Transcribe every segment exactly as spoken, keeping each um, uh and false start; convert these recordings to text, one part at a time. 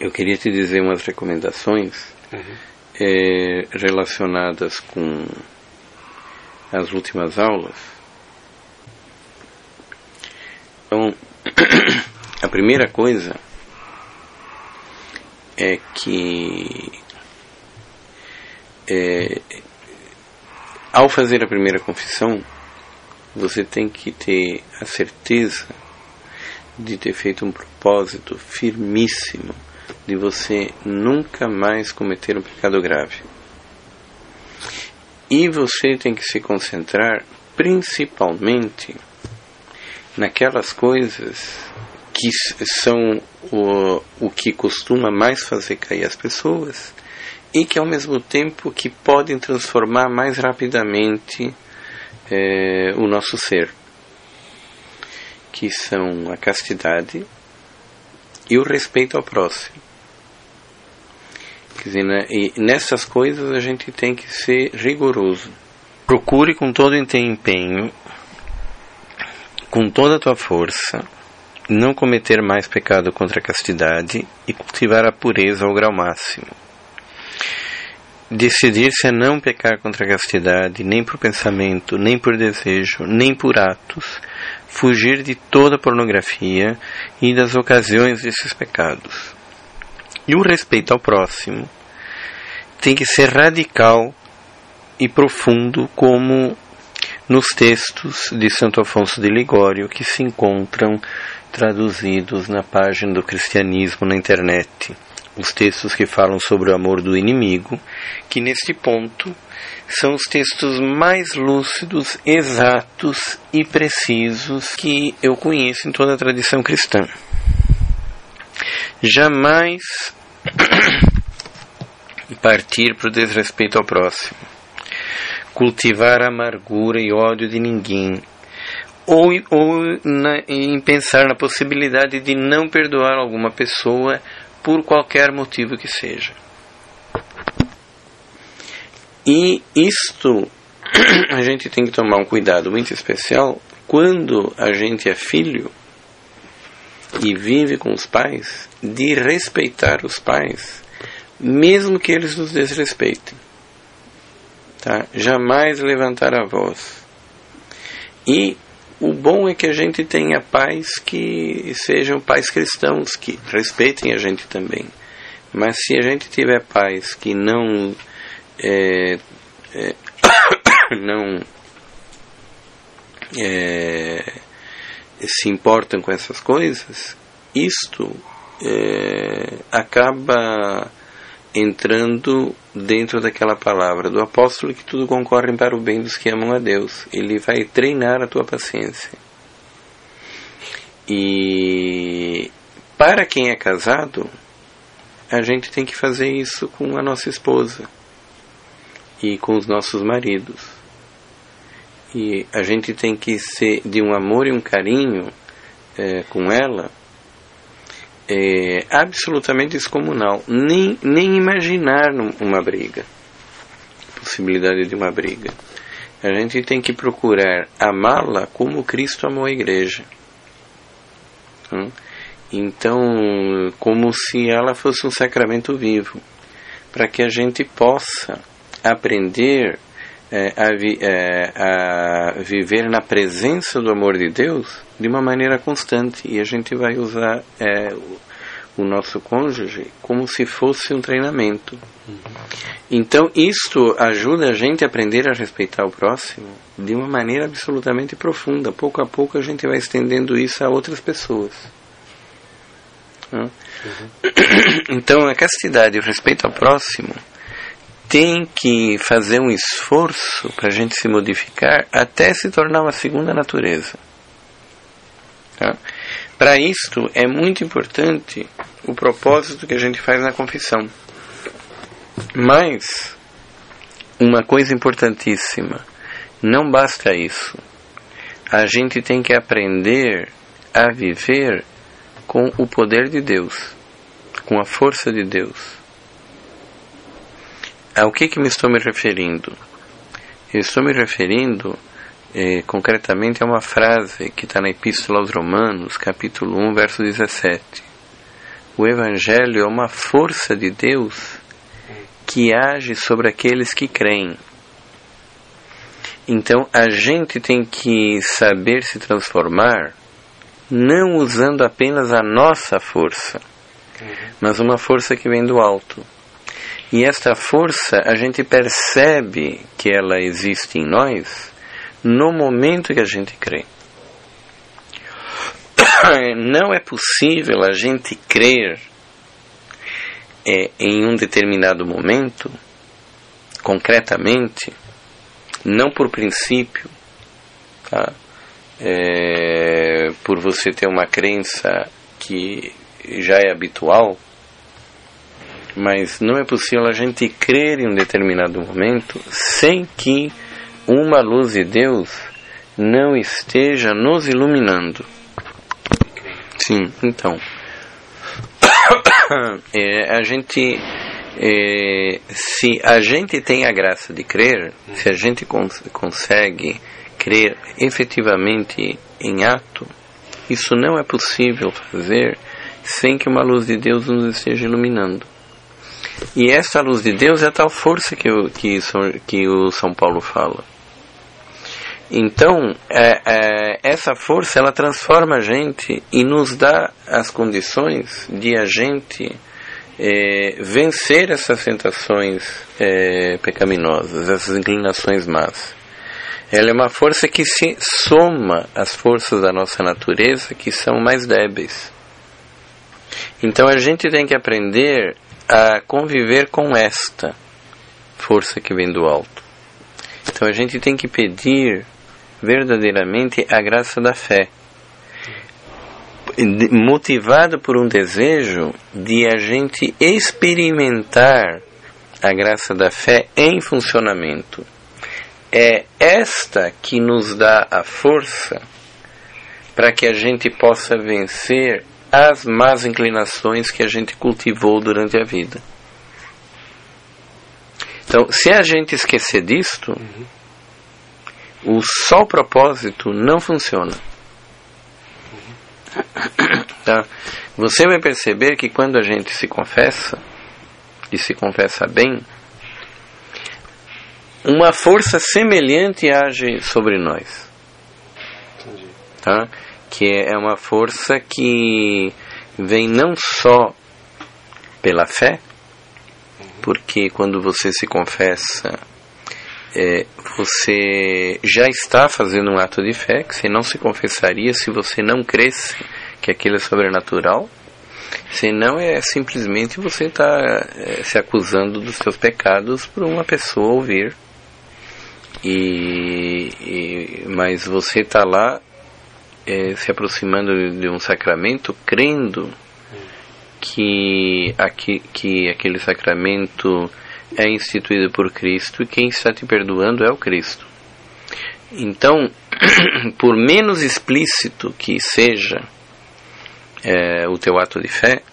eu queria te dizer umas recomendações uhum. é, relacionadas com as últimas aulas. Então, a primeira coisa é que é, ao fazer a primeira confissão, você tem que ter a certeza de ter feito um propósito firmíssimo de você nunca mais cometer um pecado grave. E você tem que se concentrar principalmente naquelas coisas que são o, o que costuma mais fazer cair as pessoas e que ao mesmo tempo que podem transformar mais rapidamente é, o nosso ser, que são a castidade e o respeito ao próximo. Quer dizer, né, e nessas coisas a gente tem que ser rigoroso. Procure com todo o empenho, com toda a tua força, não cometer mais pecado contra a castidade e cultivar a pureza ao grau máximo. Decidir-se a não pecar contra a castidade, nem por pensamento, nem por desejo, nem por atos. Fugir de toda a pornografia e das ocasiões desses pecados. E o respeito ao próximo tem que ser radical e profundo, como nos textos de Santo Afonso de Ligório, que se encontram traduzidos na página do Cristianismo na internet. Os textos que falam sobre o amor do inimigo, que neste ponto são os textos mais lúcidos, exatos e precisos que eu conheço em toda a tradição cristã. Jamais partir para o desrespeito ao próximo, cultivar a amargura e ódio de ninguém, ou, ou na, em pensar na possibilidade de não perdoar alguma pessoa por qualquer motivo que seja. E isto a gente tem que tomar um cuidado muito especial quando a gente é filho e vive com os pais, de respeitar os pais, mesmo que eles nos desrespeitem. Tá? Jamais levantar a voz. E o bom é que a gente tenha pais que sejam pais cristãos, que respeitem a gente também. Mas se a gente tiver pais que não é, é, não é, se importam com essas coisas, isto é, acaba entrando dentro daquela palavra do apóstolo, que tudo concorre para o bem dos que amam a Deus. Ele vai treinar a tua paciência. E para quem é casado, a gente tem que fazer isso com a nossa esposa e com os nossos maridos. E a gente tem que ser de um amor e um carinho é, com ela, é, absolutamente descomunal. Nem, nem imaginar uma briga, possibilidade de uma briga. A gente tem que procurar amá-la como Cristo amou a igreja. Hum? Então, como se ela fosse um sacramento vivo, para que a gente possa aprender é, a, vi, é, a viver na presença do amor de Deus de uma maneira constante. E a gente vai usar é, o, o nosso cônjuge como se fosse um treinamento. Uhum. Então, isto ajuda a gente a aprender a respeitar o próximo de uma maneira absolutamente profunda. Pouco a pouco a gente vai estendendo isso a outras pessoas. Uhum. Então, a castidade e o respeito ao próximo tem que fazer um esforço para a gente se modificar até se tornar uma segunda natureza. Tá? Para isto é muito importante o propósito que a gente faz na confissão. Mas uma coisa importantíssima, não basta isso. A gente tem que aprender a viver com o poder de Deus, com a força de Deus. Ao que que me estou me referindo? Eu estou me referindo eh, concretamente a uma frase que está na Epístola aos Romanos, capítulo um, verso dezessete. o Evangelho é uma força de Deus que age sobre aqueles que creem. Então a gente tem que saber se transformar, não usando apenas a nossa força, mas uma força que vem do alto. E esta força, a gente percebe que ela existe em nós no momento que a gente crê. Não é possível a gente crer é, em um determinado momento, concretamente, não por princípio, tá? É, por você ter uma crença que já é habitual, mas não é possível a gente crer em um determinado momento sem que uma luz de Deus não esteja nos iluminando. Sim, então é, a gente é, se a gente tem a graça de crer, se a gente cons- consegue crer efetivamente em ato, isso não é possível fazer sem que uma luz de Deus nos esteja iluminando. E essa luz de Deus é a tal força que o, que, que o São Paulo fala. Então, é, é, essa força, ela transforma a gente e nos dá as condições de a gente é, vencer essas tentações é, pecaminosas, essas inclinações más. Ela é uma força que se soma às forças da nossa natureza, que são mais débeis. Então a gente tem que aprender a conviver com esta força que vem do alto. Então a gente tem que pedir verdadeiramente a graça da fé, motivado por um desejo de a gente experimentar a graça da fé em funcionamento. É esta que nos dá a força para que a gente possa vencer as más inclinações que a gente cultivou durante a vida. Então, se a gente esquecer disto, uhum. o só propósito não funciona. Uhum. Tá? Você vai perceber que quando a gente se confessa, e se confessa bem, uma força semelhante age sobre nós. Entendi. Tá? Que é uma força que vem não só pela fé, porque quando você se confessa, é, você já está fazendo um ato de fé, que você não se confessaria se você não cresce que aquilo é sobrenatural, senão é simplesmente você está é, se acusando dos seus pecados por uma pessoa ouvir, e, e, mas você está lá é, se aproximando de um sacramento, crendo que, aqui, que aquele sacramento é instituído por Cristo e quem está te perdoando é o Cristo. Então, por menos explícito que seja é, o teu ato de fé,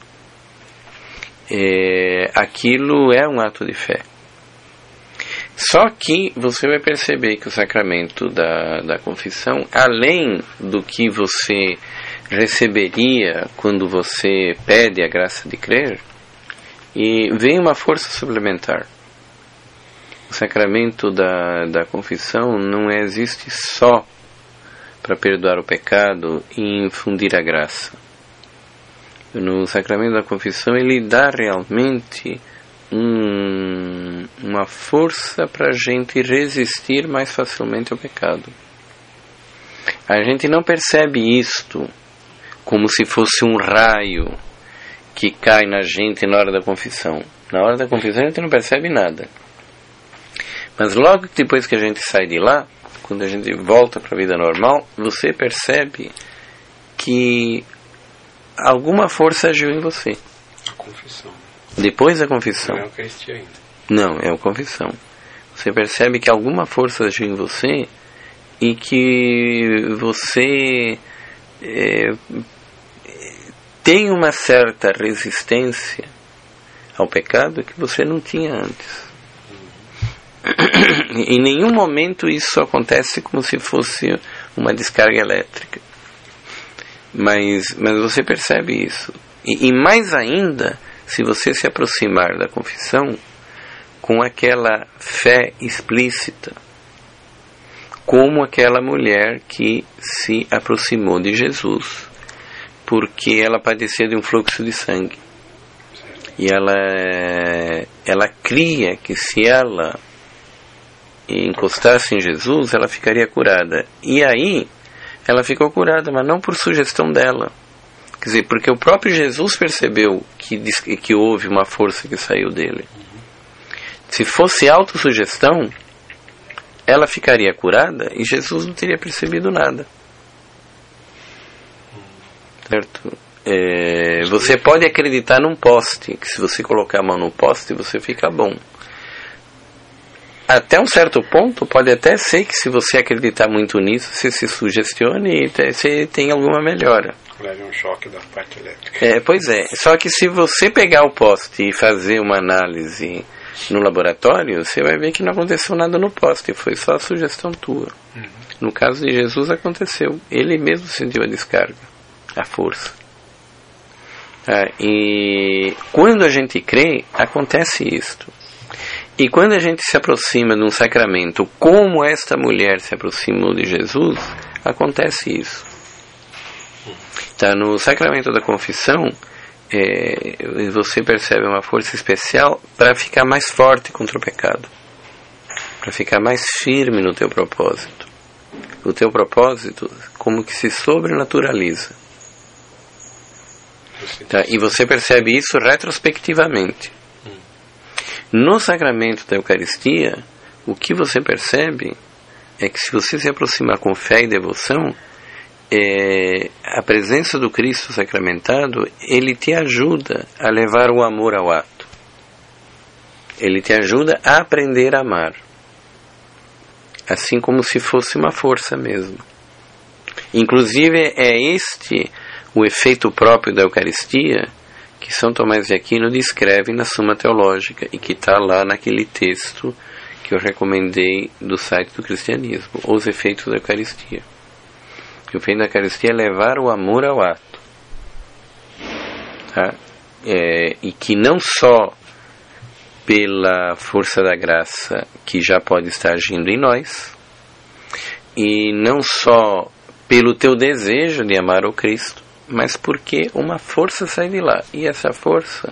é, aquilo é um ato de fé. Só que você vai perceber que o sacramento da, da confissão, além do que você receberia quando você pede a graça de crer, e vem uma força suplementar. O sacramento da, da confissão não existe só para perdoar o pecado e infundir a graça. No sacramento da confissão ele dá realmente um, uma força para a gente resistir mais facilmente ao pecado. A gente não percebe isto como se fosse um raio que cai na gente na hora da confissão. Na hora da confissão a gente não percebe nada. Mas logo depois que a gente sai de lá, quando a gente volta para a vida normal, você percebe que alguma força agiu em você. A confissão. Depois da confissão. Não é a Eucaristia ainda. Não, é a confissão. Você percebe que alguma força agiu em você e que você é, tem uma certa resistência ao pecado que você não tinha antes. Uhum. Em nenhum momento isso acontece como se fosse uma descarga elétrica. Mas, mas você percebe isso. E, e mais ainda, se você se aproximar da confissão com aquela fé explícita, como aquela mulher que se aproximou de Jesus, porque ela padecia de um fluxo de sangue. E ela, ela cria que se ela encostasse em Jesus, ela ficaria curada. E aí, ela ficou curada, mas não por sugestão dela. Quer dizer, porque o próprio Jesus percebeu que, que houve uma força que saiu dele. Se fosse autossugestão, ela ficaria curada e Jesus não teria percebido nada. Certo? É, você pode acreditar num poste, que se você colocar a mão no poste, você fica bom. Até um certo ponto, pode até ser que se você acreditar muito nisso, você se sugestione e você tem alguma melhora. Leve um choque da parte elétrica. É, pois é. Só que se você pegar o poste e fazer uma análise no laboratório, você vai ver que não aconteceu nada no poste, foi só a sugestão tua. Uhum. No caso de Jesus aconteceu. Ele mesmo sentiu a descarga, a força. Ah, e quando a gente crê, acontece isto. E quando a gente se aproxima de um sacramento, como esta mulher se aproximou de Jesus, acontece isso. Tá, no sacramento da confissão, é, você percebe uma força especial para ficar mais forte contra o pecado, para ficar mais firme no teu propósito. O teu propósito como que se sobrenaturaliza. Tá, e você percebe isso retrospectivamente. No sacramento da Eucaristia, o que você percebe é que se você se aproximar com fé e devoção, é, a presença do Cristo sacramentado, ele te ajuda a levar o amor ao ato. Ele te ajuda a aprender a amar. Assim como se fosse uma força mesmo. Inclusive, é este o efeito próprio da Eucaristia que São Tomás de Aquino descreve na Suma Teológica e que está lá naquele texto que eu recomendei do site do Cristianismo, Os Efeitos da Eucaristia. O efeito da Eucaristia é levar o amor ao ato. Tá? É, e que não só pela força da graça que já pode estar agindo em nós, e não só pelo teu desejo de amar o Cristo, mas porque uma força sai de lá. E essa força,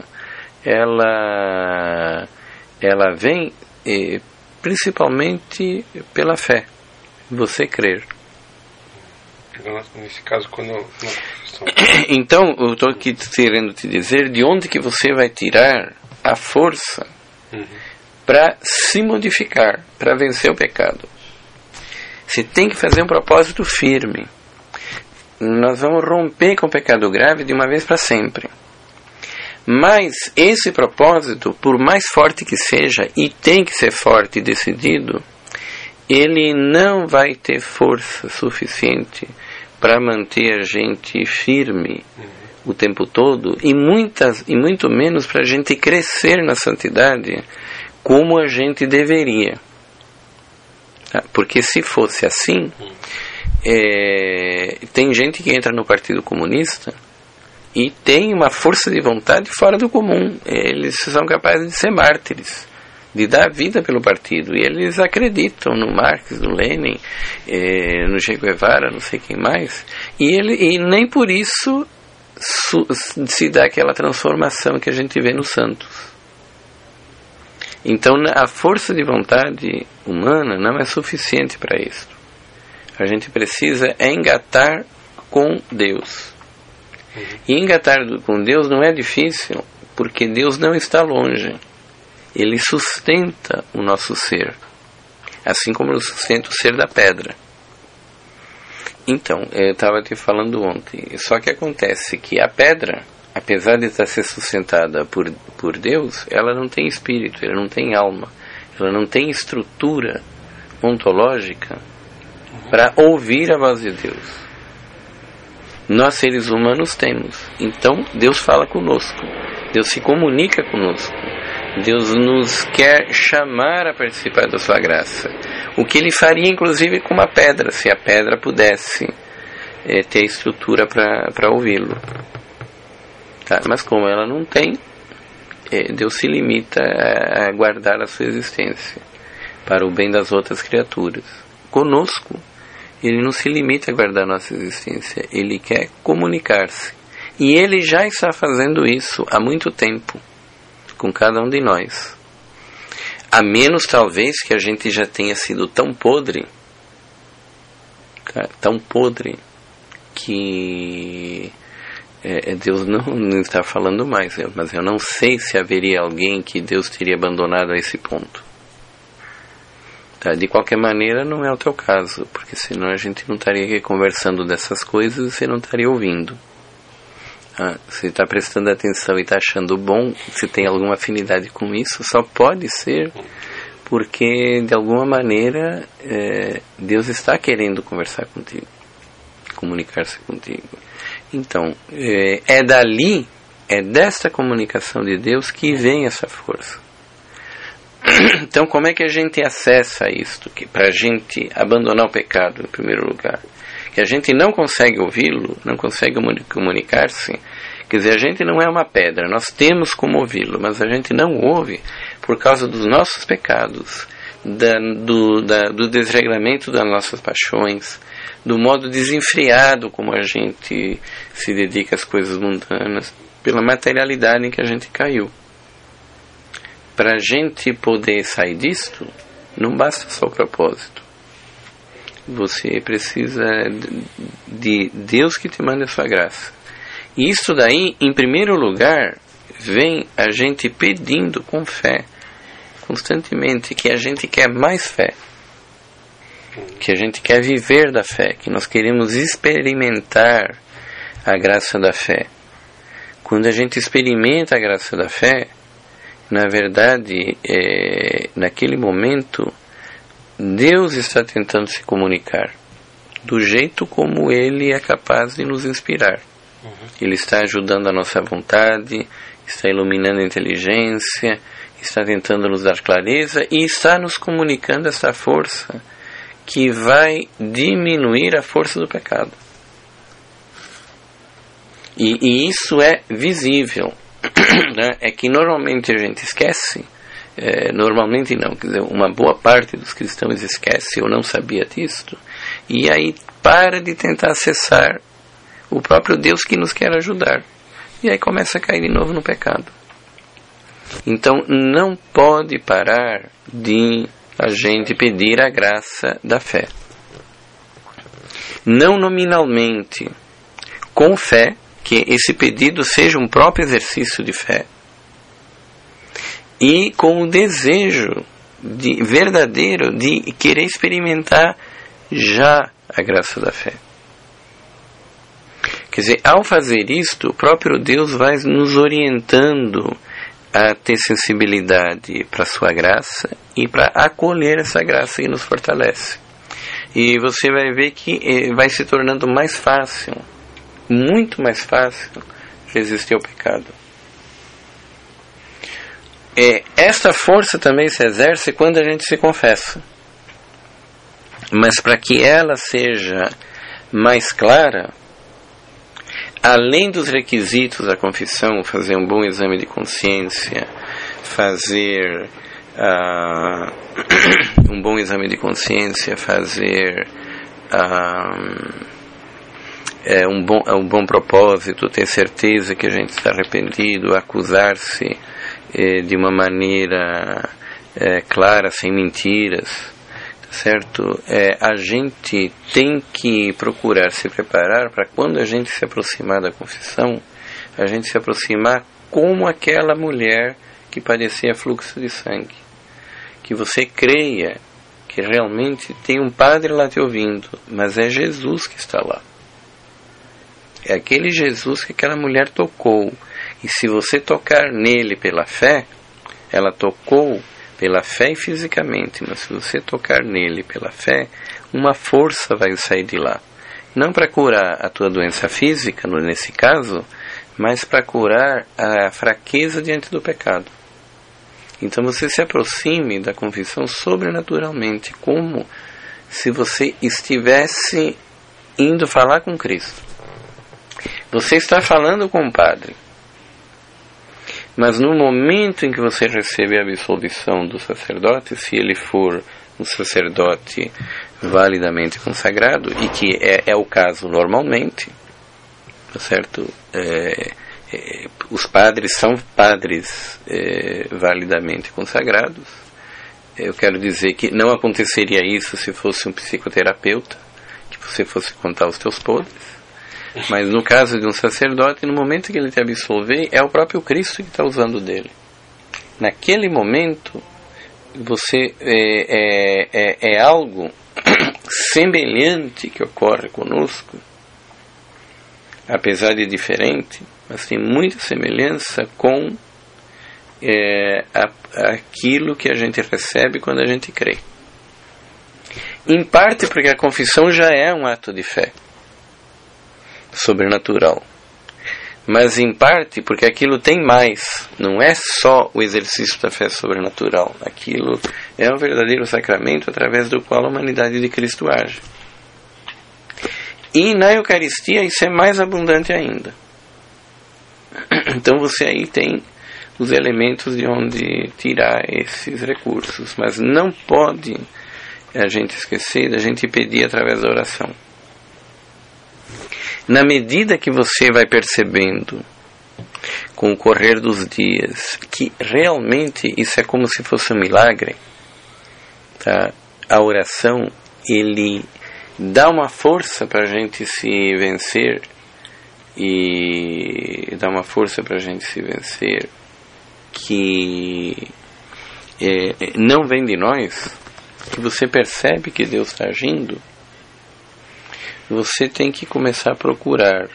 ela, ela vem eh, principalmente pela fé. Você crer. Nesse caso, quando eu, então, eu estou aqui querendo te dizer de onde que você vai tirar a força uhum. para se modificar, para vencer o pecado. Você tem que fazer um propósito firme. Nós vamos romper com o pecado grave de uma vez para sempre. Mas esse propósito, por mais forte que seja, e tem que ser forte e decidido, ele não vai ter força suficiente para manter a gente firme o tempo todo, e, muitas, e muito menos para a gente crescer na santidade como a gente deveria. Porque se fosse assim, é, tem gente que entra no Partido Comunista e tem uma força de vontade fora do comum. Eles são capazes de ser mártires, de dar vida pelo partido, e eles acreditam no Marx, no Lenin, é, no Che Guevara, não sei quem mais, e, ele, e nem por isso su, se dá aquela transformação que a gente vê nos santos. Então a força de vontade humana não é suficiente para isso. A gente precisa engatar com Deus. E engatar com Deus não é difícil, porque Deus não está longe. Ele sustenta o nosso ser, assim como ele sustenta o ser da pedra. Então, eu estava te falando ontem, só que acontece que a pedra, apesar de estar ser sustentada por, por Deus, ela não tem espírito, ela não tem alma, ela não tem estrutura ontológica para ouvir a voz de Deus. Nós, seres humanos, temos. Então, Deus fala conosco, Deus se comunica conosco, Deus nos quer chamar a participar da sua graça. O que ele faria, inclusive, com uma pedra, se a pedra pudesse é, ter estrutura para ouvi-lo. Tá? Mas como ela não tem, Deus se limita a guardar a sua existência para o bem das outras criaturas. Conosco, Ele não se limita a guardar a nossa existência, Ele quer comunicar-se. E Ele já está fazendo isso há muito tempo, com cada um de nós. A menos, talvez, que a gente já tenha sido tão podre, tão podre, que é, Deus não, não está falando mais. Mas eu não sei se haveria alguém que Deus teria abandonado a esse ponto. Tá? De qualquer maneira, não é o teu caso, porque senão a gente não estaria aqui conversando dessas coisas e você não estaria ouvindo. Ah, se está prestando atenção e está achando bom, se tem alguma afinidade com isso, só pode ser porque de alguma maneira é, Deus está querendo conversar contigo, comunicar-se contigo. Então é, é dali, é desta comunicação de Deus que vem essa força. Então como é que a gente acessa isto? Que para a gente abandonar o pecado em primeiro lugar, que a gente não consegue ouvi-lo, não consegue comunicar-se, quer dizer, a gente não é uma pedra, nós temos como ouvi-lo, mas a gente não ouve por causa dos nossos pecados, da, do, da, do desregramento das nossas paixões, do modo desenfreado como a gente se dedica às coisas mundanas, pela materialidade em que a gente caiu. Para a gente poder sair disto, não basta só o propósito. Você precisa de Deus que te manda a sua graça. E isso daí, em primeiro lugar, vem a gente pedindo com fé, constantemente, que a gente quer mais fé, que a gente quer viver da fé, que nós queremos experimentar a graça da fé. Quando a gente experimenta a graça da fé, na verdade, é, naquele momento, Deus está tentando se comunicar do jeito como Ele é capaz de nos inspirar. Uhum. Ele está ajudando a nossa vontade, está iluminando a inteligência, está tentando nos dar clareza e está nos comunicando essa força que vai diminuir a força do pecado. E, e isso é visível. Né? É que normalmente a gente esquece. É, normalmente não, quer dizer, uma boa parte dos cristãos esquece ou não sabia disto, e aí para de tentar acessar o próprio Deus que nos quer ajudar, e aí começa a cair de novo no pecado. Então não pode parar de a gente pedir a graça da fé, não nominalmente, com fé, que esse pedido seja um próprio exercício de fé, e com o desejo de, verdadeiro de querer experimentar já a graça da fé. Quer dizer, ao fazer isto, o próprio Deus vai nos orientando a ter sensibilidade para a sua graça e para acolher essa graça que nos fortalece. E você vai ver que eh, vai se tornando mais fácil, muito mais fácil, resistir ao pecado. É, esta força também se exerce quando a gente se confessa. Mas para que ela seja mais clara, além dos requisitos da confissão, fazer um bom exame de consciência, fazer uh, um bom exame de consciência, fazer uh, é, um, bom, um bom propósito, ter certeza que a gente está arrependido, acusar-se de uma maneira é, clara, sem mentiras, certo? É, a gente tem que procurar se preparar para quando a gente se aproximar da confissão, a gente se aproximar como aquela mulher que padecia fluxo de sangue. Que você creia que realmente tem um padre lá te ouvindo, mas é Jesus que está lá. É aquele Jesus que aquela mulher tocou. E se você tocar nele pela fé, ela tocou pela fé e fisicamente, mas se você tocar nele pela fé, uma força vai sair de lá. Não para curar a tua doença física, nesse caso, mas para curar a fraqueza diante do pecado. Então você se aproxime da confissão sobrenaturalmente, como se você estivesse indo falar com Cristo. Você está falando com o padre. Mas no momento em que você recebe a absolvição do sacerdote, se ele for um sacerdote validamente consagrado, e que é, é o caso normalmente, tá certo? É, é, os padres são padres é, validamente consagrados. Eu quero dizer que não aconteceria isso se fosse um psicoterapeuta, que você fosse contar os teus podres. Mas no caso de um sacerdote, no momento que ele te absolver, é o próprio Cristo que está usando dele. Naquele momento, você é, é, é, é algo semelhante que ocorre conosco, apesar de diferente, mas tem muita semelhança com é, a, aquilo que a gente recebe quando a gente crê. Em parte porque a confissão já é um ato de fé sobrenatural, mas em parte porque aquilo tem mais, não é só o exercício da fé sobrenatural, aquilo é um verdadeiro sacramento através do qual a humanidade de Cristo age. E na Eucaristia isso é mais abundante ainda. Então você aí tem os elementos de onde tirar esses recursos, mas não pode a gente esquecer da gente pedir através da oração. Na medida que você vai percebendo, com o correr dos dias, que realmente isso é como se fosse um milagre, tá? A oração, ele dá uma força para a gente se vencer, e dá uma força para a gente se vencer, que é, não vem de nós, que você percebe que Deus está agindo. Você tem que começar a procurar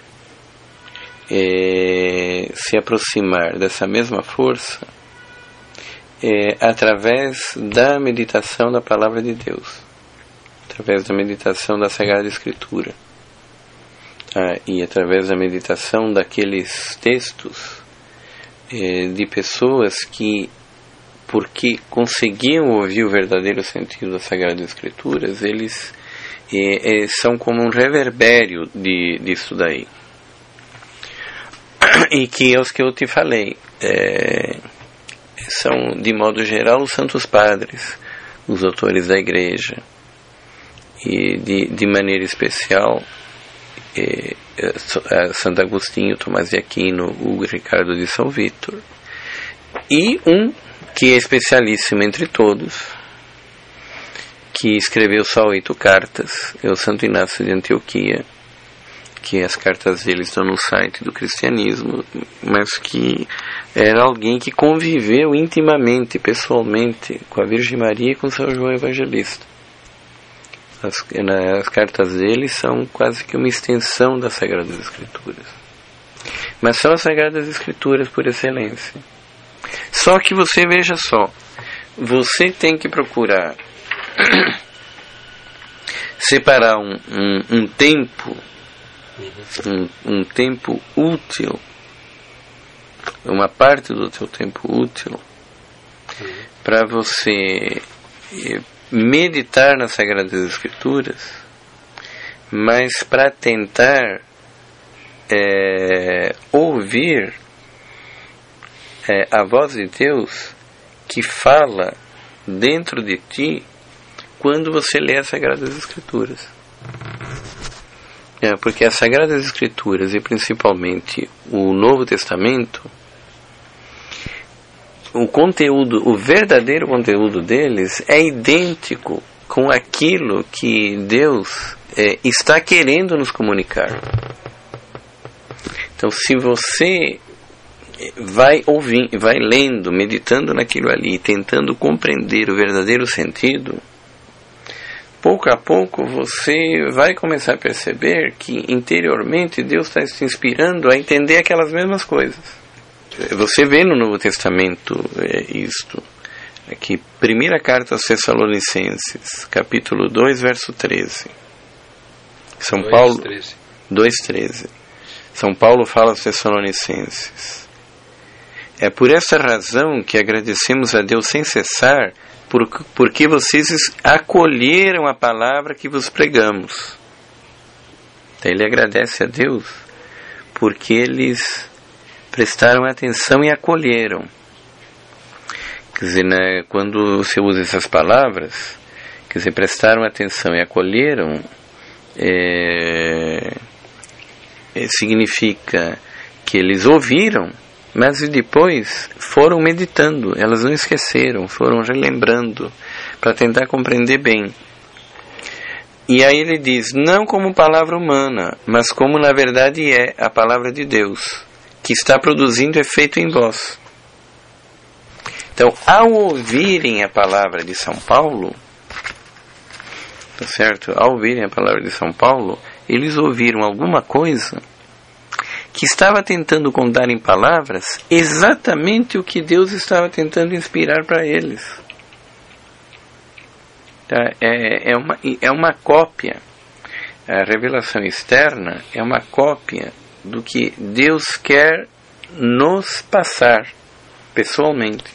é, se aproximar dessa mesma força é, através da meditação da Palavra de Deus, através da meditação da Sagrada Escritura, tá? E através da meditação daqueles textos é, de pessoas que, porque conseguiam ouvir o verdadeiro sentido das Sagradas Escrituras, eles E, e são como um reverbério de, disso daí. E que é os que eu te falei. É, são, de modo geral, os santos padres, os autores da igreja. E, de, de maneira especial, é, é, Santo Agostinho, Tomás de Aquino, o Ricardo de São Vítor. E um que é especialíssimo entre todos, que escreveu só oito cartas, é o Santo Inácio de Antioquia, que as cartas dele estão no site do cristianismo, mas que era alguém que conviveu intimamente, pessoalmente, com a Virgem Maria e com São João Evangelista. As, as cartas dele são quase que uma extensão das Sagradas Escrituras. Mas são as Sagradas Escrituras por excelência. Só que você veja só, você tem que procurar separar um, um, um tempo um, um tempo útil, uma parte do teu tempo útil, para você meditar nas Sagradas Escrituras, mas para tentar é, ouvir é, a voz de Deus que fala dentro de ti quando você lê as Sagradas Escrituras. É, porque as Sagradas Escrituras, e principalmente o Novo Testamento, o conteúdo, o verdadeiro conteúdo deles é idêntico com aquilo que Deus é, está querendo nos comunicar. Então, se você vai ouvindo, vai lendo, meditando naquilo ali, tentando compreender o verdadeiro sentido, pouco a pouco você vai começar a perceber que interiormente Deus está te inspirando a entender aquelas mesmas coisas. Você vê no Novo Testamento é, isto. Aqui, primeira carta aos Tessalonicenses, capítulo dois, verso treze. São Paulo, dois, treze. São Paulo fala aos Tessalonicenses: é por essa razão que agradecemos a Deus sem cessar, porque vocês acolheram a palavra que vos pregamos. Então ele agradece a Deus porque eles prestaram atenção e acolheram. Quer dizer, né, quando você usa essas palavras, quer dizer, prestaram atenção e acolheram, é, é, significa que eles ouviram, mas depois foram meditando, elas não esqueceram, foram relembrando, para tentar compreender bem. E aí ele diz, não como palavra humana, mas como na verdade é a palavra de Deus, que está produzindo efeito em vós. Então, ao ouvirem a palavra de São Paulo, tá certo? Ao ouvirem a palavra de São Paulo, eles ouviram alguma coisa que estava tentando contar em palavras exatamente o que Deus estava tentando inspirar para eles. Tá? É, é, uma, é uma cópia. A revelação externa é uma cópia do que Deus quer nos passar pessoalmente.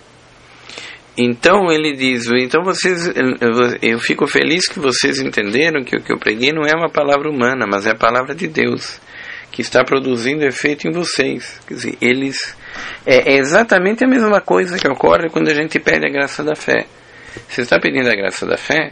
Então ele diz, então vocês, eu fico feliz que vocês entenderam que o que eu preguei não é uma palavra humana, mas é a palavra de Deus, que está produzindo efeito em vocês. Quer dizer, eles, é, é exatamente a mesma coisa que ocorre quando a gente pede a graça da fé. Você está pedindo a graça da fé,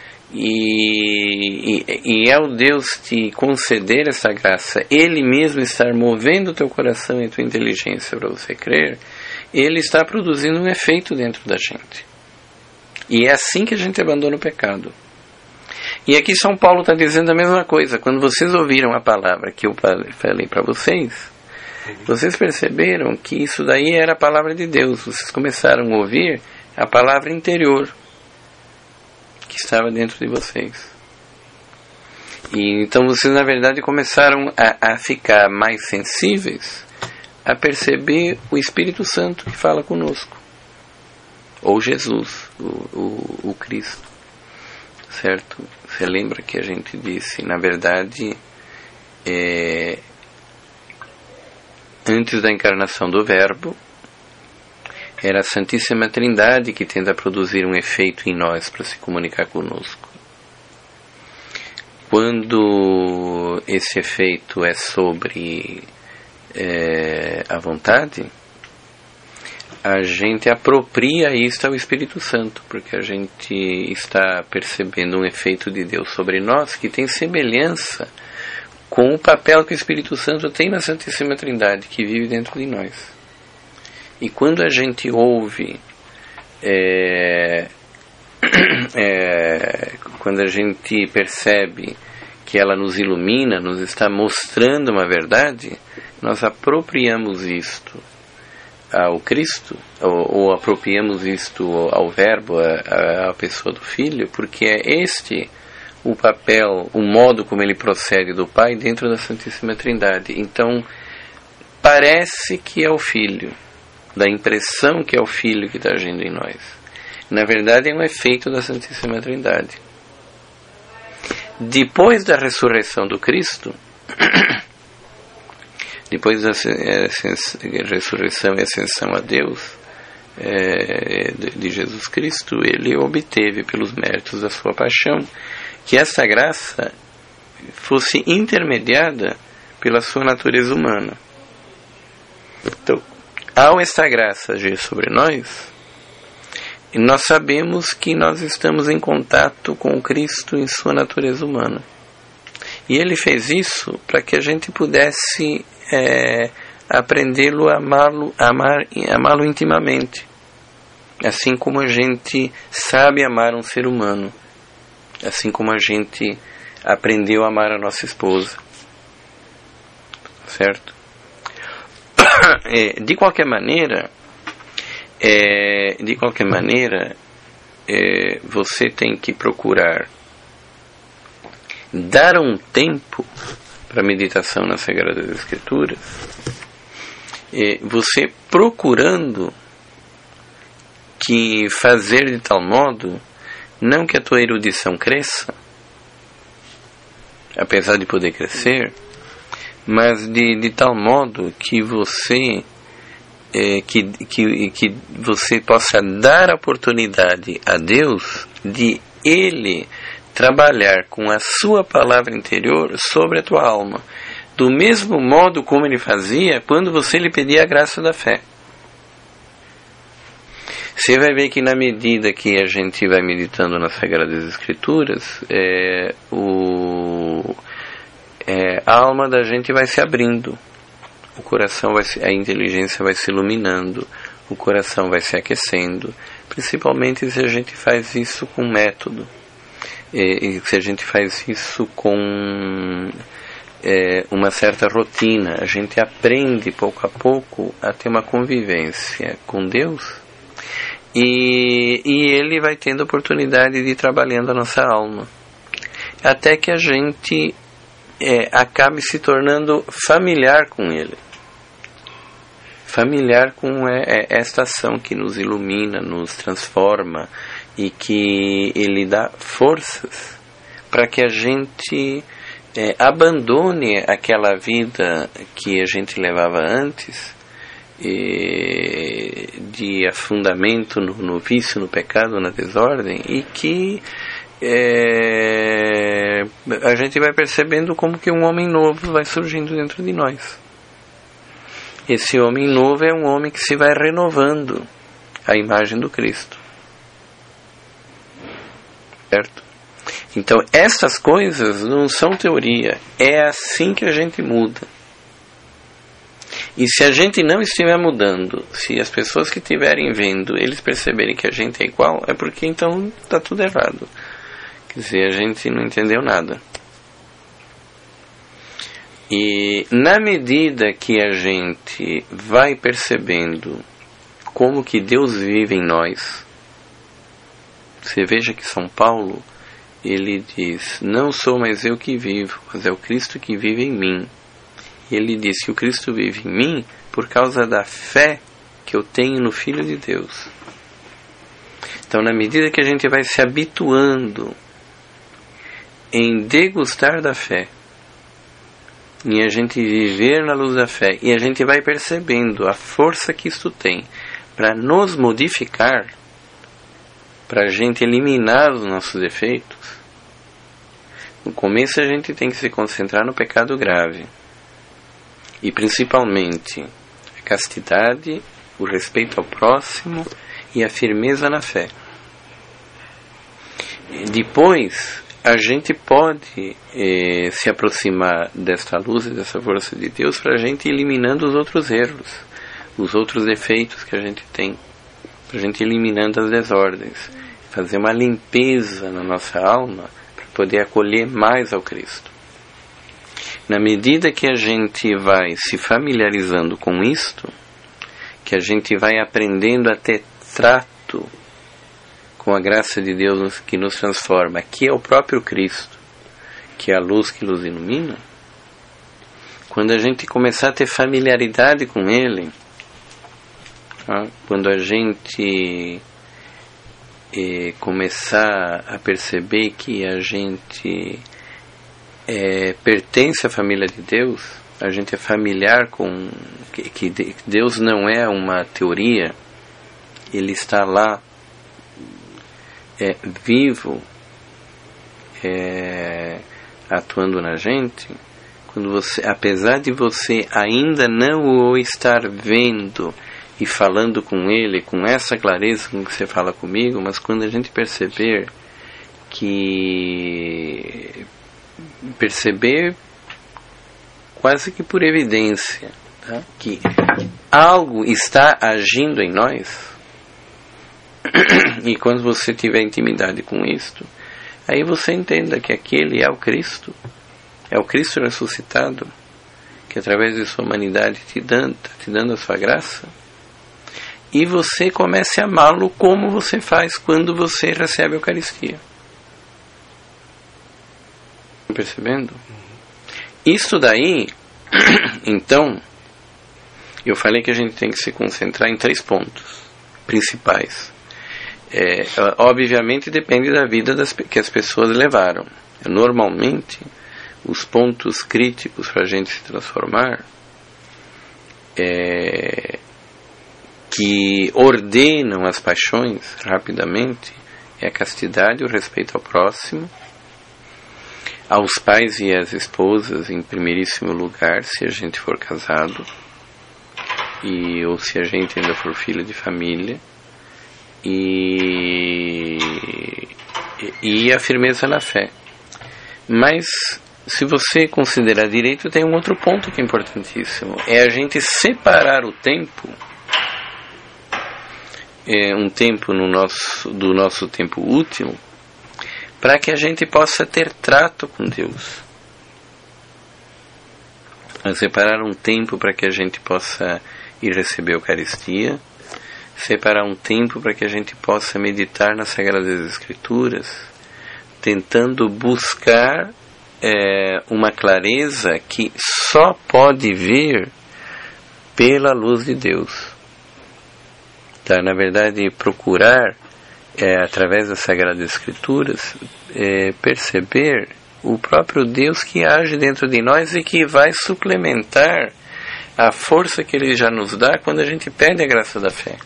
e, e, e é o Deus te conceder essa graça, Ele mesmo estar movendo o teu coração e a tua inteligência para você crer, Ele está produzindo um efeito dentro da gente. E é assim que a gente abandona o pecado. E aqui São Paulo está dizendo a mesma coisa. Quando vocês ouviram a palavra que eu falei para vocês, vocês perceberam que isso daí era a palavra de Deus. Vocês começaram a ouvir a palavra interior que estava dentro de vocês. E então vocês na verdade começaram a, a ficar mais sensíveis a perceber o Espírito Santo que fala conosco, ou Jesus, o, o, o Cristo, certo? Você lembra que a gente disse, na verdade, é, antes da encarnação do Verbo, era a Santíssima Trindade que tenta produzir um efeito em nós para se comunicar conosco. Quando esse efeito é sobre é, a vontade, a gente apropria isto ao Espírito Santo, porque a gente está percebendo um efeito de Deus sobre nós que tem semelhança com o papel que o Espírito Santo tem na Santíssima Trindade, que vive dentro de nós. E quando a gente ouve, é, é, quando a gente percebe que ela nos ilumina, nos está mostrando uma verdade, nós apropriamos isto ao Cristo, ou, ou apropriamos isto ao Verbo, à pessoa do Filho, porque é este o papel, o modo como ele procede do Pai dentro da Santíssima Trindade. Então, parece que é o Filho, da impressão que é o Filho que está agindo em nós. Na verdade, é um efeito da Santíssima Trindade. Depois da ressurreição do Cristo, depois da ressurreição e ascensão a Deus é, de Jesus Cristo, ele obteve, pelos méritos da sua paixão, que essa graça fosse intermediada pela sua natureza humana. Então, ao esta graça agir sobre nós, nós sabemos que nós estamos em contato com Cristo em sua natureza humana. E ele fez isso para que a gente pudesse é, aprendê-lo a amá-lo, amar, amá-lo intimamente. Assim como a gente sabe amar um ser humano. Assim como a gente aprendeu a amar a nossa esposa. Certo? De qualquer maneira, é, de qualquer maneira, é, você tem que procurar dar um tempo para meditação nas Sagradas Escrituras, é, você procurando que fazer de tal modo, não que a tua erudição cresça, apesar de poder crescer, mas de, de tal modo que você é, que, que, que você possa dar a oportunidade a Deus de Ele trabalhar com a sua palavra interior sobre a tua alma, do mesmo modo como ele fazia quando você lhe pedia a graça da fé. Você vai ver que na medida que a gente vai meditando nas Sagradas Escrituras, é, o, é, a alma da gente vai se abrindo, o coração vai se, a inteligência vai se iluminando, o coração vai se aquecendo, principalmente se a gente faz isso com método, e, e se a gente faz isso com é, uma certa rotina. A gente aprende pouco a pouco a ter uma convivência com Deus, e, e Ele vai tendo oportunidade de ir trabalhando a nossa alma, até que a gente é, acabe se tornando familiar com Ele. Familiar com esta ação que nos ilumina, nos transforma e que Ele dá forças para que a gente é, abandone aquela vida que a gente levava antes, e, de afundamento no, no vício, no pecado, na desordem, e que é, a gente vai percebendo como que um homem novo vai surgindo dentro de nós. Esse homem novo é um homem que se vai renovando a imagem do Cristo. Certo? Então, essas coisas não são teoria. É assim que a gente muda. E se a gente não estiver mudando, se as pessoas que estiverem vendo, eles perceberem que a gente é igual, é porque então está tudo errado. Quer dizer, a gente não entendeu nada. E na medida que a gente vai percebendo como que Deus vive em nós, você veja que São Paulo, ele diz: não sou mais eu que vivo, mas é o Cristo que vive em mim. E ele diz que o Cristo vive em mim por causa da fé que eu tenho no Filho de Deus. Então, na medida que a gente vai se habituando em degustar da fé, em a gente viver na luz da fé, e a gente vai percebendo a força que isto tem para nos modificar, para a gente eliminar os nossos defeitos. No começo a gente tem que se concentrar no pecado grave, e principalmente a castidade, o respeito ao próximo e a firmeza na fé. Depois a gente pode eh, se aproximar desta luz e dessa força de Deus para a gente ir eliminando os outros erros, os outros defeitos que a gente tem, para a gente ir eliminando as desordens, fazer uma limpeza na nossa alma para poder acolher mais ao Cristo. Na medida que a gente vai se familiarizando com isto, que a gente vai aprendendo a ter trato com a graça de Deus que nos transforma, que é o próprio Cristo, que é a luz que nos ilumina, quando a gente começar a ter familiaridade com Ele, tá? Quando a gente eh, começar a perceber que a gente é, pertence à família de Deus, a gente é familiar com que, que Deus não é uma teoria, Ele está lá, é, vivo, é, atuando na gente. Quando você, apesar de você ainda não o estar vendo e falando com Ele com essa clareza com que você fala comigo, mas quando a gente perceber que perceber quase que por evidência, tá? Que algo está agindo em nós, e quando você tiver intimidade com isto, aí você entenda que aquele é o Cristo, é o Cristo ressuscitado, que através de sua humanidade te dando, te dando a sua graça, e você comece a amá-lo como você faz quando você recebe a Eucaristia. Estão percebendo? Isso daí, então, eu falei que a gente tem que se concentrar em três pontos principais. É, obviamente depende da vida das, que as pessoas levaram. Normalmente, os pontos críticos para a gente se transformar, é, que ordenam as paixões rapidamente, é a castidade, o respeito ao próximo, aos pais e às esposas em primeiríssimo lugar, se a gente for casado, e, ou se a gente ainda for filho de família, e, e a firmeza na fé. Mas, se você considerar direito, tem um outro ponto que é importantíssimo, é a gente separar o tempo, é, um tempo no nosso, do nosso tempo útil, para que a gente possa ter trato com Deus. A separar um tempo para que a gente possa ir receber a Eucaristia, separar um tempo para que a gente possa meditar nas Sagradas Escrituras, tentando buscar é, uma clareza que só pode vir pela luz de Deus. Tá? Na verdade, procurar É, através das Sagradas Escrituras, é, perceber o próprio Deus que age dentro de nós e que vai suplementar a força que Ele já nos dá quando a gente pede a graça da fé.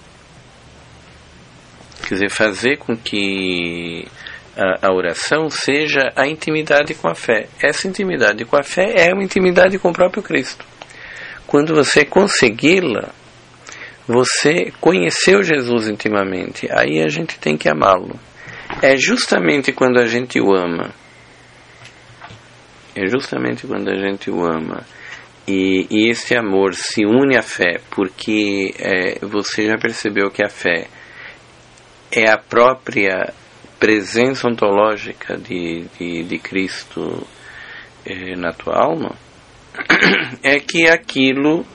Quer dizer, fazer com que a, a oração seja a intimidade com a fé. Essa intimidade com a fé é uma intimidade com o próprio Cristo. Quando você consegui-la, você conheceu Jesus intimamente, aí a gente tem que amá-lo. É justamente quando a gente o ama, é justamente quando a gente o ama, e, e esse amor se une à fé, porque é, você já percebeu que a fé é a própria presença ontológica de, de, de Cristo é, na tua alma, é que aquilo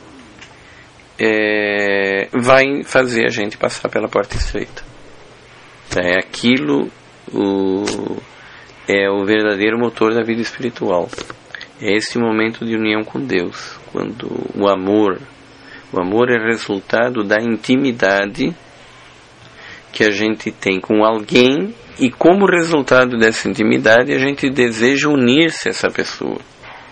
É, vai fazer a gente passar pela porta estreita. É aquilo o, é o verdadeiro motor da vida espiritual. É esse momento de união com Deus, quando o amor, o amor é resultado da intimidade que a gente tem com alguém, e como resultado dessa intimidade a gente deseja unir-se a essa pessoa.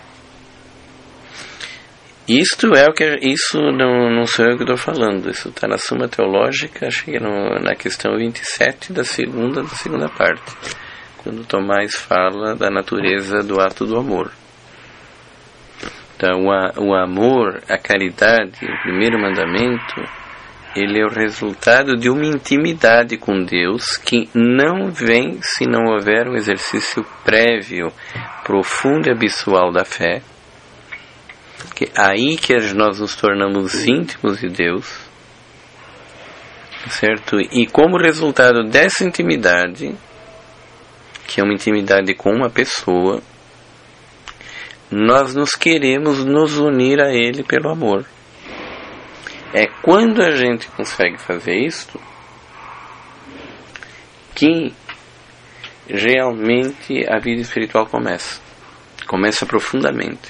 Isto é o que isso não, não sou eu que estou falando, isso está na Suma Teológica, acho que no, na questão vinte e sete da segunda, da segunda parte, quando Tomás fala da natureza do ato do amor. Então, o, o amor, a caridade, o primeiro mandamento, ele é o resultado de uma intimidade com Deus que não vem se não houver um exercício prévio, profundo e abissual da fé. Que aí que nós nos tornamos íntimos de Deus, certo? E como resultado dessa intimidade, que é uma intimidade com uma pessoa, nós nos queremos nos unir a Ele pelo amor. É quando a gente consegue fazer isto que realmente a vida espiritual começa. Começa profundamente.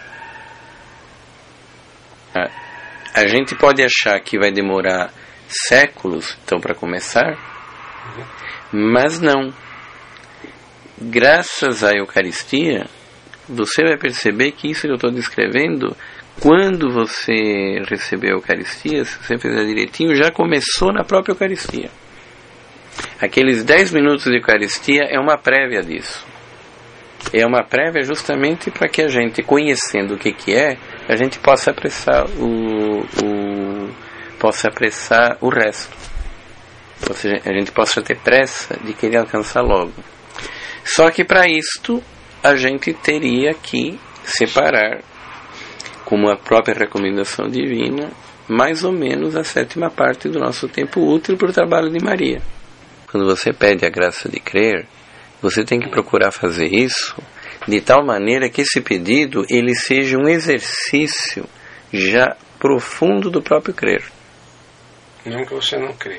A gente pode achar que vai demorar séculos, então, para começar, mas não. Graças à Eucaristia, você vai perceber que isso que eu estou descrevendo, quando você receber a Eucaristia, se você fizer direitinho, já começou na própria Eucaristia. Aqueles dez minutos de Eucaristia é uma prévia disso. É uma prévia justamente para que a gente, conhecendo o que, que é, a gente possa apressar o, o, possa apressar o resto. Ou seja, a gente possa ter pressa de querer alcançar logo. Só que para isto, a gente teria que separar, como a própria recomendação divina, mais ou menos a sétima parte do nosso tempo útil para o trabalho de Maria. Quando você pede a graça de crer, você tem que procurar fazer isso de tal maneira que esse pedido ele seja um exercício já profundo do próprio crer. Não que você não crê.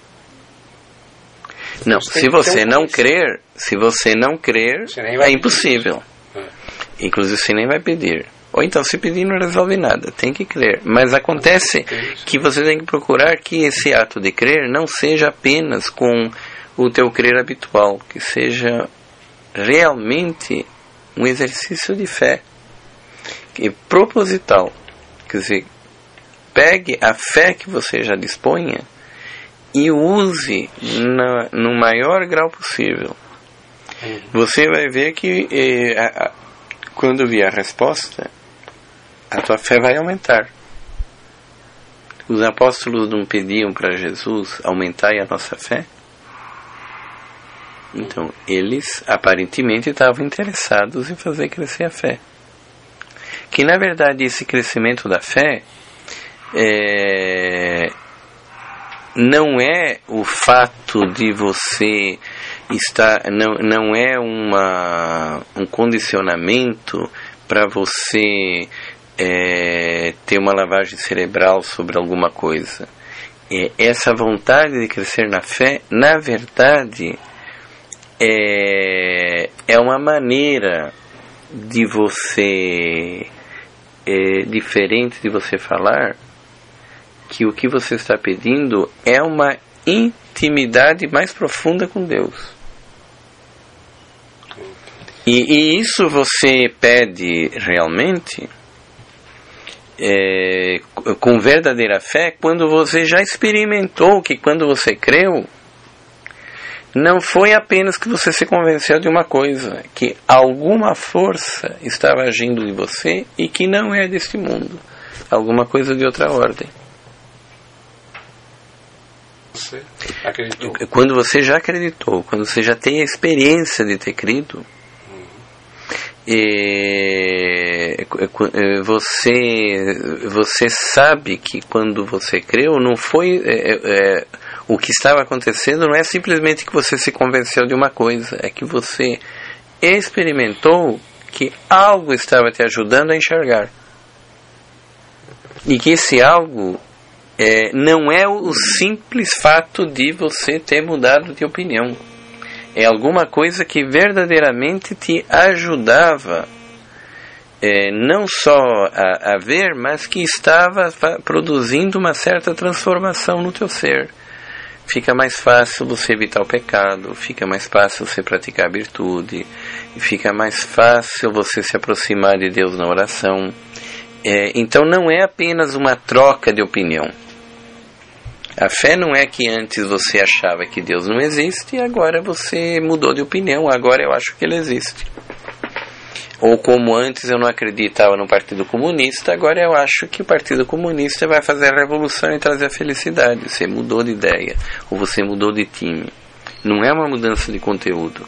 Não, você se você não crer, se você não crer, é impossível. É. Inclusive você nem vai pedir. Ou então, se pedir não resolve nada, tem que crer. Mas acontece que você tem que procurar que esse ato de crer não seja apenas com o teu crer habitual, que seja realmente um exercício de fé, que é proposital. Quer dizer, pegue a fé que você já disponha e use na, no maior grau possível. Uhum. Você vai ver que eh, a, a, quando vier a resposta, a tua fé vai aumentar. Os apóstolos não pediam para Jesus aumentar a nossa fé? Então, eles aparentemente estavam interessados em fazer crescer a fé. Que na verdade esse crescimento da fé é, não é o fato de você estar, não, não é uma, um condicionamento para você é, ter uma lavagem cerebral sobre alguma coisa. É, essa vontade de crescer na fé, na verdade, é, é uma maneira de você, é, diferente de você falar que o que você está pedindo é uma intimidade mais profunda com Deus. E, e isso você pede realmente é, com verdadeira fé quando você já experimentou que quando você creu, não foi apenas que você se convenceu de uma coisa, que alguma força estava agindo em você e que não é deste mundo, alguma coisa de outra ordem. Você acreditou? Quando você já acreditou, quando você já tem a experiência de ter crido, uhum. e, você, você sabe que quando você creu, não foi... É, é, o que estava acontecendo não é simplesmente que você se convenceu de uma coisa, é que você experimentou que algo estava te ajudando a enxergar. E que esse algo é, não é o simples fato de você ter mudado de opinião. É alguma coisa que verdadeiramente te ajudava, é, não só a, a ver, mas que estava produzindo uma certa transformação no teu ser. Fica mais fácil você evitar o pecado, fica mais fácil você praticar a virtude, fica mais fácil você se aproximar de Deus na oração. É, então não é apenas uma troca de opinião. A fé não é que antes você achava que Deus não existe e agora você mudou de opinião, agora eu acho que Ele existe. Ou como antes eu não acreditava no Partido Comunista, agora eu acho que o Partido Comunista vai fazer a revolução e trazer a felicidade. Você mudou de ideia, ou você mudou de time. Não é uma mudança de conteúdo.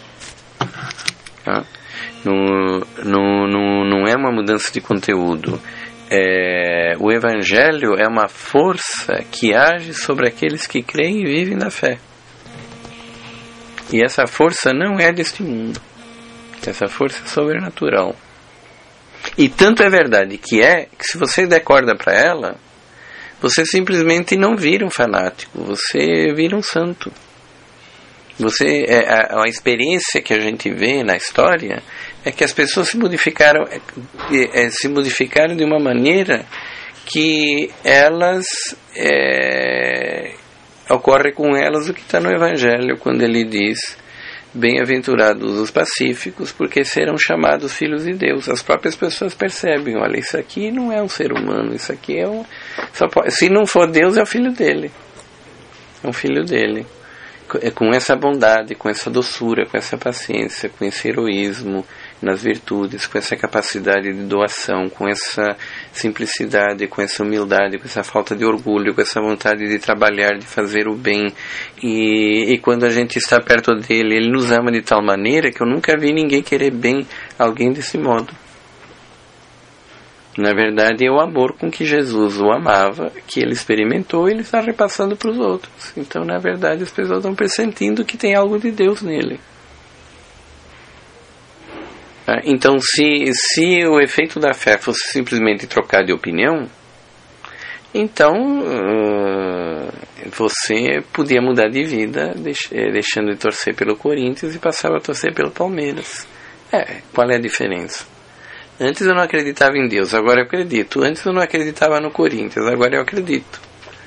Tá? Não, não, não, não é uma mudança de conteúdo. É, o Evangelho é uma força que age sobre aqueles que creem e vivem na fé. E essa força não é deste mundo. Essa força é sobrenatural. E tanto é verdade que é, que se você der corda para ela, você simplesmente não vira um fanático, você vira um santo. Você, a, a experiência que a gente vê na história é que as pessoas se modificaram, é, é, se modificaram de uma maneira que elas, é, ocorre com elas o que está no Evangelho, quando ele diz: bem-aventurados os pacíficos, porque serão chamados filhos de Deus. As próprias pessoas percebem: olha, isso aqui não é um ser humano, isso aqui é um... Só pode, se não for Deus, é o filho dele. É um filho dele. Com essa bondade, com essa doçura, com essa paciência, com esse heroísmo nas virtudes, com essa capacidade de doação, com essa simplicidade, com essa humildade, com essa falta de orgulho, com essa vontade de trabalhar, de fazer o bem. E, e quando a gente está perto dele, ele nos ama de tal maneira que eu nunca vi ninguém querer bem alguém desse modo. Na verdade, é o amor com que Jesus o amava, que ele experimentou, e ele está repassando para os outros. Então, na verdade, as pessoas estão pressentindo que tem algo de Deus nele. Então, se, se o efeito da fé fosse simplesmente trocar de opinião, então uh, você podia mudar de vida, deix, deixando de torcer pelo Corinthians e passava a torcer pelo Palmeiras. É, qual é a diferença? Antes eu não acreditava em Deus, agora eu acredito. Antes eu não acreditava no Corinthians, agora eu acredito.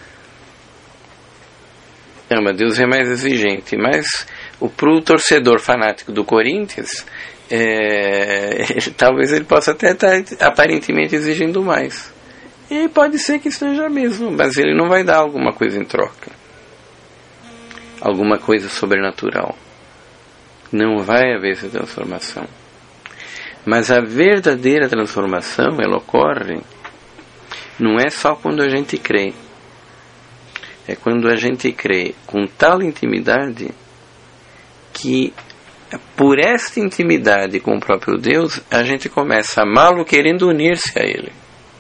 Não, mas Deus é mais exigente. Mas para o torcedor fanático do Corinthians, é, talvez ele possa até estar aparentemente exigindo mais. E pode ser que esteja mesmo, mas ele não vai dar alguma coisa em troca. Alguma coisa sobrenatural. não vai haver essa transformação. Mas a verdadeira transformação, ela ocorre, não é só quando a gente crê. É quando a gente crê com tal intimidade que, por esta intimidade com o próprio Deus, a gente começa a amá-lo querendo unir-se a Ele.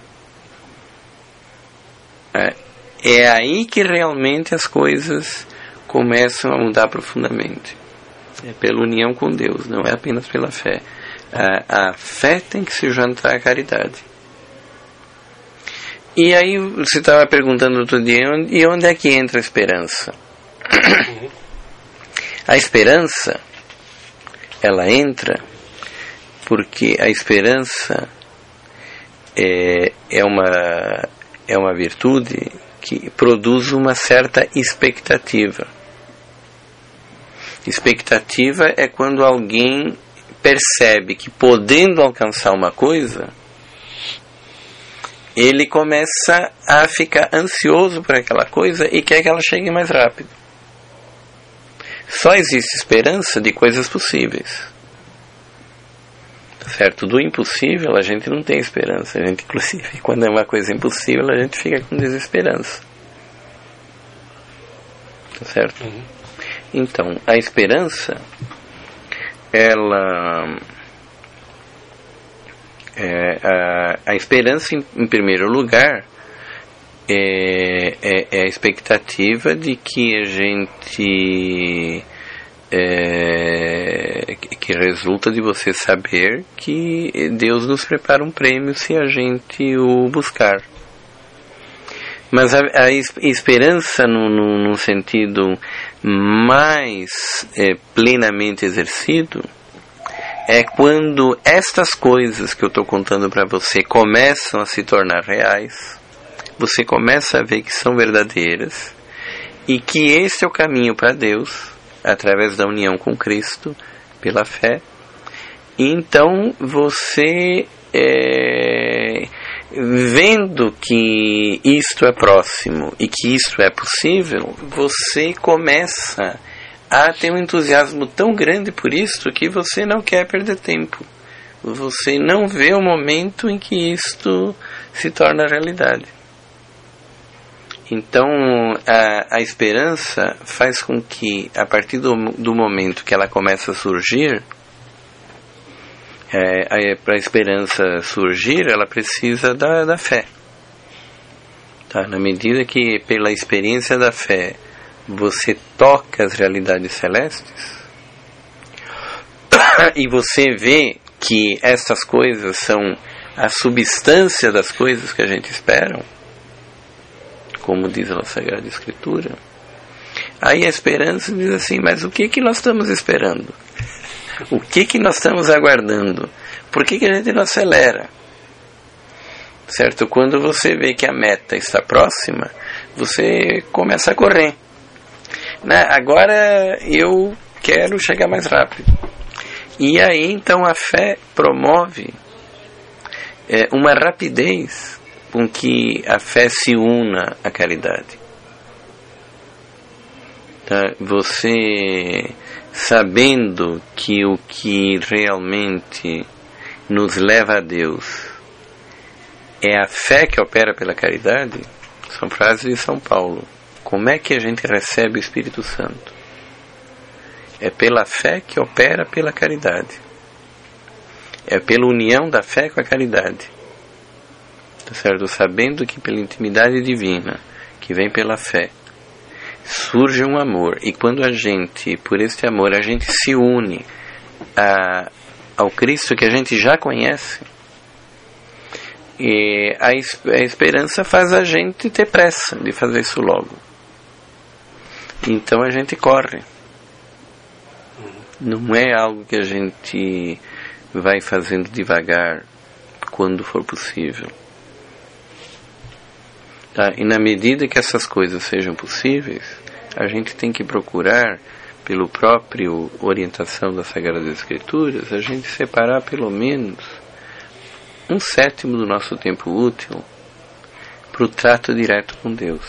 É, é aí que realmente as coisas começam a mudar profundamente. É pela união com Deus, não é apenas pela fé. A, a fé tem que se juntar à caridade. E aí você estava perguntando outro dia, e onde é que entra a esperança? A esperança, ela entra porque a esperança é, é, uma, é uma virtude que produz uma certa expectativa. Expectativa é quando alguém percebe que, podendo alcançar uma coisa, ele começa a ficar ansioso por aquela coisa e quer que ela chegue mais rápido. Só existe esperança de coisas possíveis. Certo? Do impossível a gente não tem esperança. A gente, inclusive, quando é uma coisa impossível, a gente fica com desesperança. Certo? Uhum. Então, a esperança, ela... É, a, a esperança, em, em primeiro lugar, é, é, é a expectativa de que a gente... É, que resulta de você saber que Deus nos prepara um prêmio se a gente o buscar. Mas a, a esperança no, no, no sentido mais é, plenamente exercido é quando estas coisas que eu estou contando para você começam a se tornar reais, você começa a ver que são verdadeiras e que esse é o caminho para Deus, através da união com Cristo, pela fé. E então você, é, vendo que isto é próximo e que isto é possível, você começa a ter um entusiasmo tão grande por isto que você não quer perder tempo. Você não vê o momento em que isto se torna realidade. Então, a, a esperança faz com que, a partir do, do momento que ela começa a surgir, é, para a esperança surgir, ela precisa da, da fé. Tá? Na medida que, pela experiência da fé, você toca as realidades celestes, e você vê que essas coisas são a substância das coisas que a gente espera, como diz a Sagrada Escritura, aí a esperança diz assim, mas o que que nós estamos esperando? O que que nós estamos aguardando? Por que que a gente não acelera? Certo? Quando você vê que a meta está próxima, você começa a correr. Né? Agora eu quero chegar mais rápido. E aí então a fé promove é, uma rapidez com que a fé se una à caridade. Tá? Você, sabendo que o que realmente nos leva a Deus é a fé que opera pela caridade, são frases de São Paulo. Como é que a gente recebe o Espírito Santo? É pela fé que opera pela caridade. É pela união da fé com a caridade. Certo? Sabendo que pela intimidade divina, que vem pela fé, surge um amor, e quando a gente, por este amor, a gente se une a, ao Cristo que a gente já conhece, e a, a esperança faz a gente ter pressa de fazer isso logo. Então a gente corre. Não é algo que a gente vai fazendo devagar quando for possível. Tá? E na medida que essas coisas sejam possíveis, a gente tem que procurar, pelo próprio orientação das Sagradas Escrituras, a gente separar pelo menos um sétimo do nosso tempo útil para o trato direto com Deus.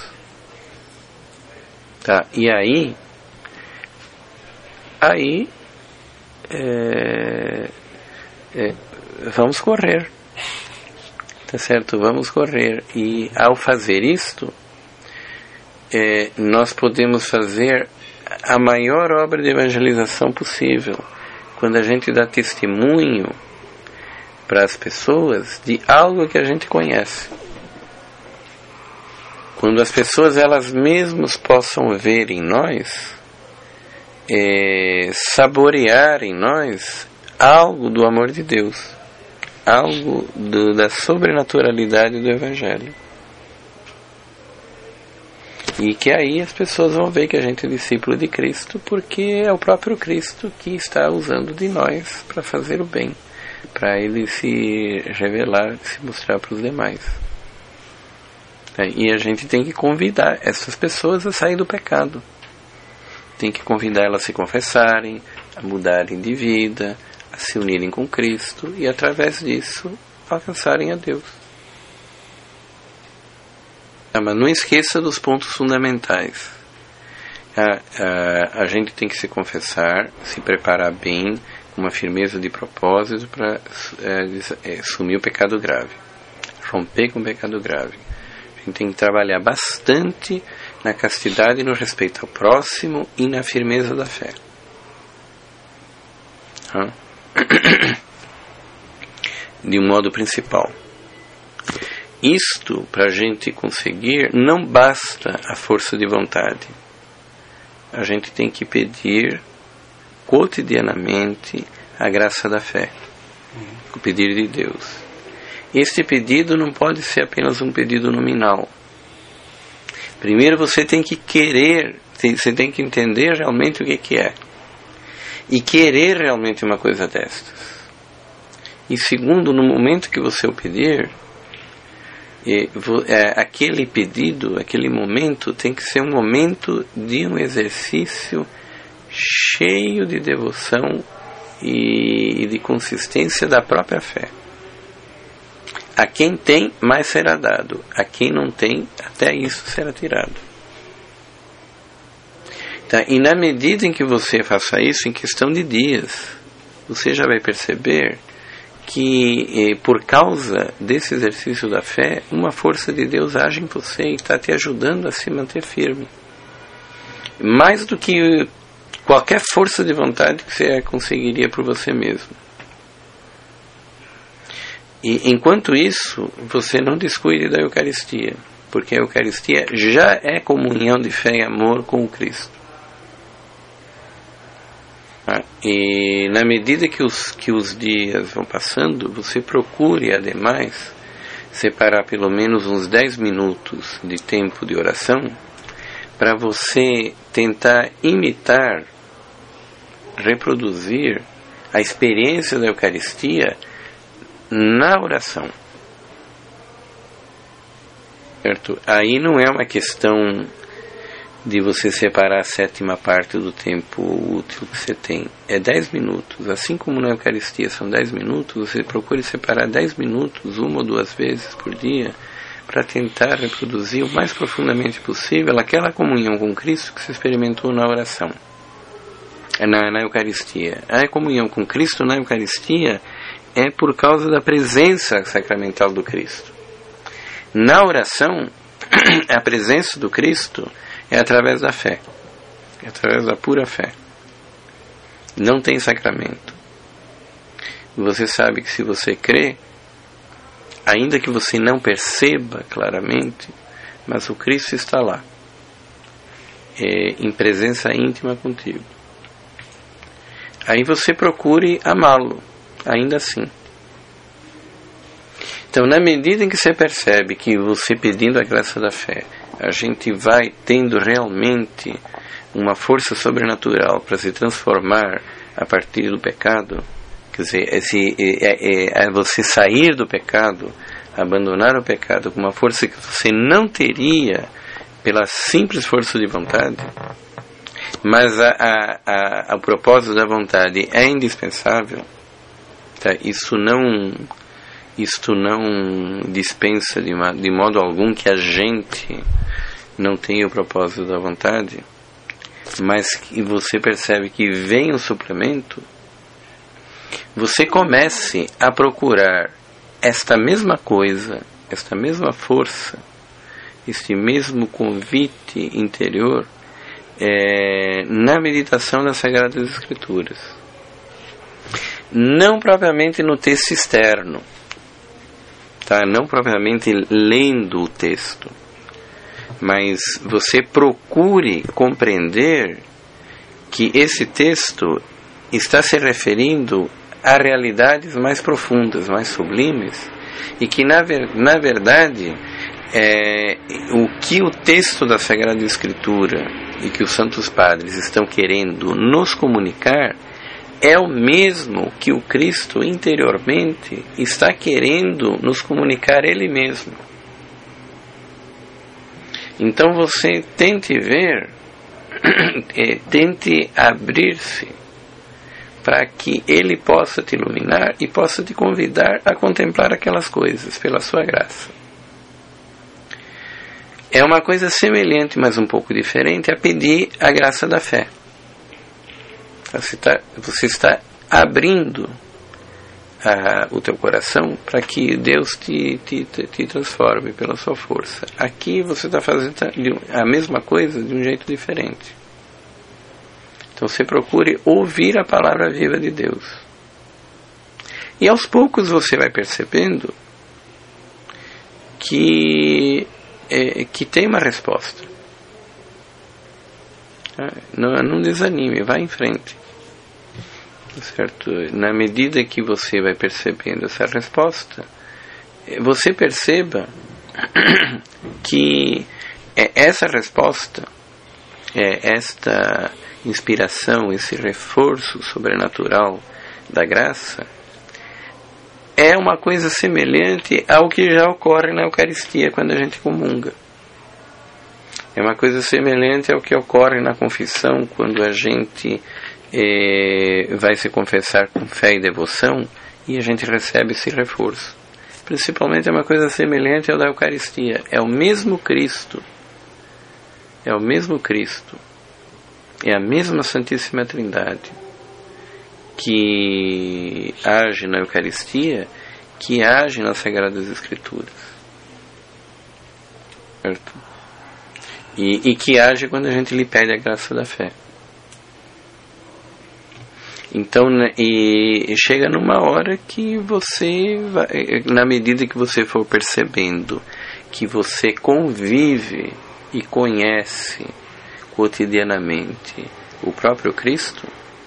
Tá? E aí, aí é, é, vamos correr, tá certo? Vamos correr. E ao fazer isto, é, nós podemos fazer a maior obra de evangelização possível, quando a gente dá testemunho para as pessoas de algo que a gente conhece. Quando as pessoas elas mesmas possam ver em nós, é, saborear em nós algo do amor de Deus, algo do, da sobrenaturalidade do Evangelho. E que aí as pessoas vão ver que a gente é discípulo de Cristo, porque é o próprio Cristo que está usando de nós para fazer o bem, para Ele se revelar, se mostrar para os demais. E a gente tem que convidar essas pessoas a sair do pecado. Tem que convidar elas a se confessarem, a mudarem de vida, a se unirem com Cristo e através disso alcançarem a Deus. Mas não esqueça dos pontos fundamentais. A, a, a gente tem que se confessar, se preparar bem, com uma firmeza de propósito para é, assumir o pecado grave, romper com o pecado grave. A gente tem que trabalhar bastante na castidade, no respeito ao próximo e na firmeza da fé. De um modo principal. Isto, para a gente conseguir, não basta a força de vontade. A gente tem que pedir cotidianamente a graça da fé, o pedido de Deus. Este pedido não pode ser apenas um pedido nominal. Primeiro você tem que querer, você tem que entender realmente o que, que é. E querer realmente uma coisa destas. E segundo, no momento que você o pedir, é, aquele pedido, aquele momento tem que ser um momento de um exercício cheio de devoção e, e de consistência da própria fé. A quem tem, mais será dado. A quem não tem, até isso será tirado. Tá? E na medida em que você faça isso, em questão de dias, você já vai perceber que, eh, por causa desse exercício da fé, uma força de Deus age em você e está te ajudando a se manter firme. Mais do que qualquer força de vontade que você conseguiria por você mesmo. E enquanto isso, você não descuide da Eucaristia, porque a Eucaristia já é comunhão de fé e amor com o Cristo. Ah, e na medida que os, que os dias vão passando, você procure, ademais, separar pelo menos uns dez minutos de tempo de oração para você tentar imitar, reproduzir a experiência da Eucaristia na oração. Certo? Aí não é uma questão de você separar a sétima parte do tempo útil que você tem. É dez minutos. Assim como na Eucaristia são dez minutos, você procure separar dez minutos, uma ou duas vezes por dia, para tentar reproduzir o mais profundamente possível aquela comunhão com Cristo que você experimentou na oração, na, na Eucaristia. A comunhão com Cristo na Eucaristia é por causa da presença sacramental do Cristo. Na oração, a presença do Cristo é através da fé, é através da pura fé. Não tem sacramento. Você sabe que se você crê, ainda que você não perceba claramente, mas o Cristo está lá, é, em presença íntima contigo. Aí você procure amá-lo, ainda assim. Então, na medida em que você percebe que você pedindo a graça da fé, a gente vai tendo realmente uma força sobrenatural para se transformar a partir do pecado, quer dizer, esse, é, é, é você sair do pecado, abandonar o pecado com uma força que você não teria pela simples força de vontade, mas a, a, a, a propósito da vontade é indispensável. Tá? Isso não, isto não dispensa de, uma, de modo algum que a gente não tenha o propósito da vontade, mas que você percebe que vem o suplemento, você comece a procurar esta mesma coisa, esta mesma força, este mesmo convite interior é, na meditação das Sagradas Escrituras. Não propriamente no texto externo, tá? Não propriamente lendo o texto, mas você procure compreender que esse texto está se referindo a realidades mais profundas, mais sublimes, e que na, ver, na verdade é, o que o texto da Sagrada Escritura e que os Santos Padres estão querendo nos comunicar é o mesmo que o Cristo interiormente está querendo nos comunicar Ele mesmo. Então você tente ver, é, tente abrir-se para que Ele possa te iluminar e possa te convidar a contemplar aquelas coisas pela sua graça. É uma coisa semelhante, mas um pouco diferente, a pedir a graça da fé. Você está, você está abrindo a, o teu coração para que Deus te, te, te transforme pela sua força. Aqui você está fazendo a mesma coisa de um jeito diferente. Então você procure ouvir a palavra viva de Deus. E aos poucos você vai percebendo que, é, que tem uma resposta. Não, não desanime, vá em frente. Certo? Na medida que você vai percebendo essa resposta, você perceba que essa resposta, esta inspiração, esse reforço sobrenatural da graça, é uma coisa semelhante ao que já ocorre na Eucaristia quando a gente comunga. É uma coisa semelhante ao que ocorre na confissão quando a gente eh, vai se confessar com fé e devoção e a gente recebe esse reforço. Principalmente é uma coisa semelhante ao da Eucaristia. É o mesmo Cristo. É o mesmo Cristo. É a mesma Santíssima Trindade que age na Eucaristia, que age nas Sagradas Escrituras. Certo? E, e que age quando a gente lhe pede a graça da fé. Então, e chega numa hora que você, vai, na medida que você for percebendo que você convive e conhece cotidianamente o próprio Cristo,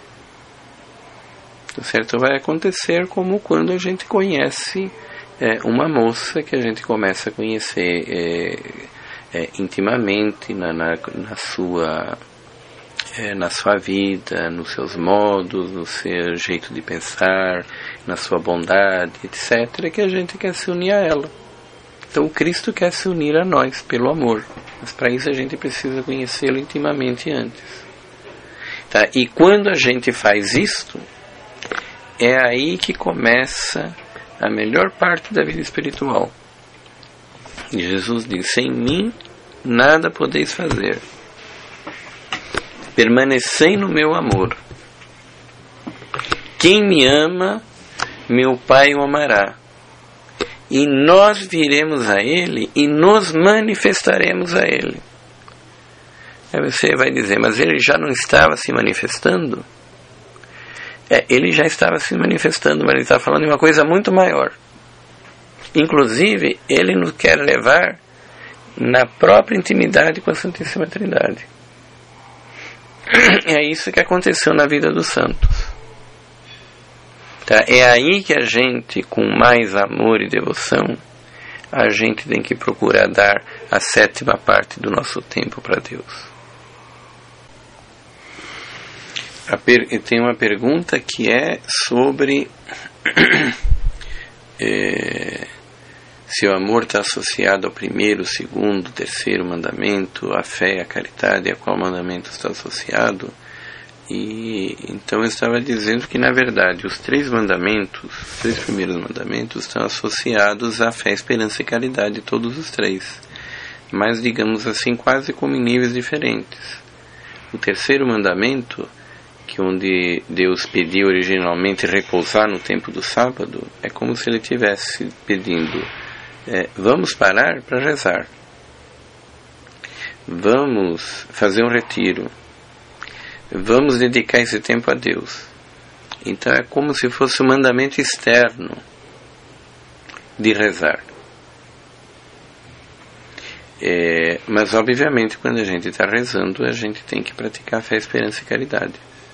certo? Vai acontecer como quando a gente conhece é, uma moça que a gente começa a conhecer é, é, intimamente na, na, na sua é, na sua vida, nos seus modos, no seu jeito de pensar, na sua bondade, etcétera, que a gente quer se unir a ela. Então o Cristo quer se unir a nós pelo amor, mas para isso a gente precisa conhecê-lo intimamente antes, tá? E quando a gente faz isto, é aí que começa a melhor parte da vida espiritual. E Jesus diz: sem mim nada podeis fazer, permanecei no meu amor. Quem me ama, meu Pai o amará, e nós viremos a Ele e nos manifestaremos a Ele. Aí você vai dizer: mas Ele já não estava se manifestando? É, Ele já estava se manifestando, mas Ele está falando de uma coisa muito maior. Inclusive, Ele nos quer levar na própria intimidade com a Santíssima Trindade. É isso que aconteceu na vida dos santos. Tá? É aí que a gente, com mais amor e devoção, a gente tem que procurar dar a sétima parte do nosso tempo para Deus. A per... Tem uma pergunta que é sobre é, se o amor está associado ao primeiro, segundo, terceiro mandamento, a fé, a caridade, a qual mandamento está associado. E então eu estava dizendo que, na verdade, os três mandamentos, os três primeiros mandamentos, estão associados à fé, esperança e caridade, todos os três, mas, digamos assim, quase como em níveis diferentes. O terceiro mandamento que onde Deus pediu originalmente repousar no tempo do sábado, é como se Ele estivesse pedindo, é, vamos parar para rezar, vamos fazer um retiro, vamos dedicar esse tempo a Deus. Então é como se fosse um mandamento externo de rezar. É, mas obviamente quando a gente está rezando, a gente tem que praticar fé, esperança e caridade.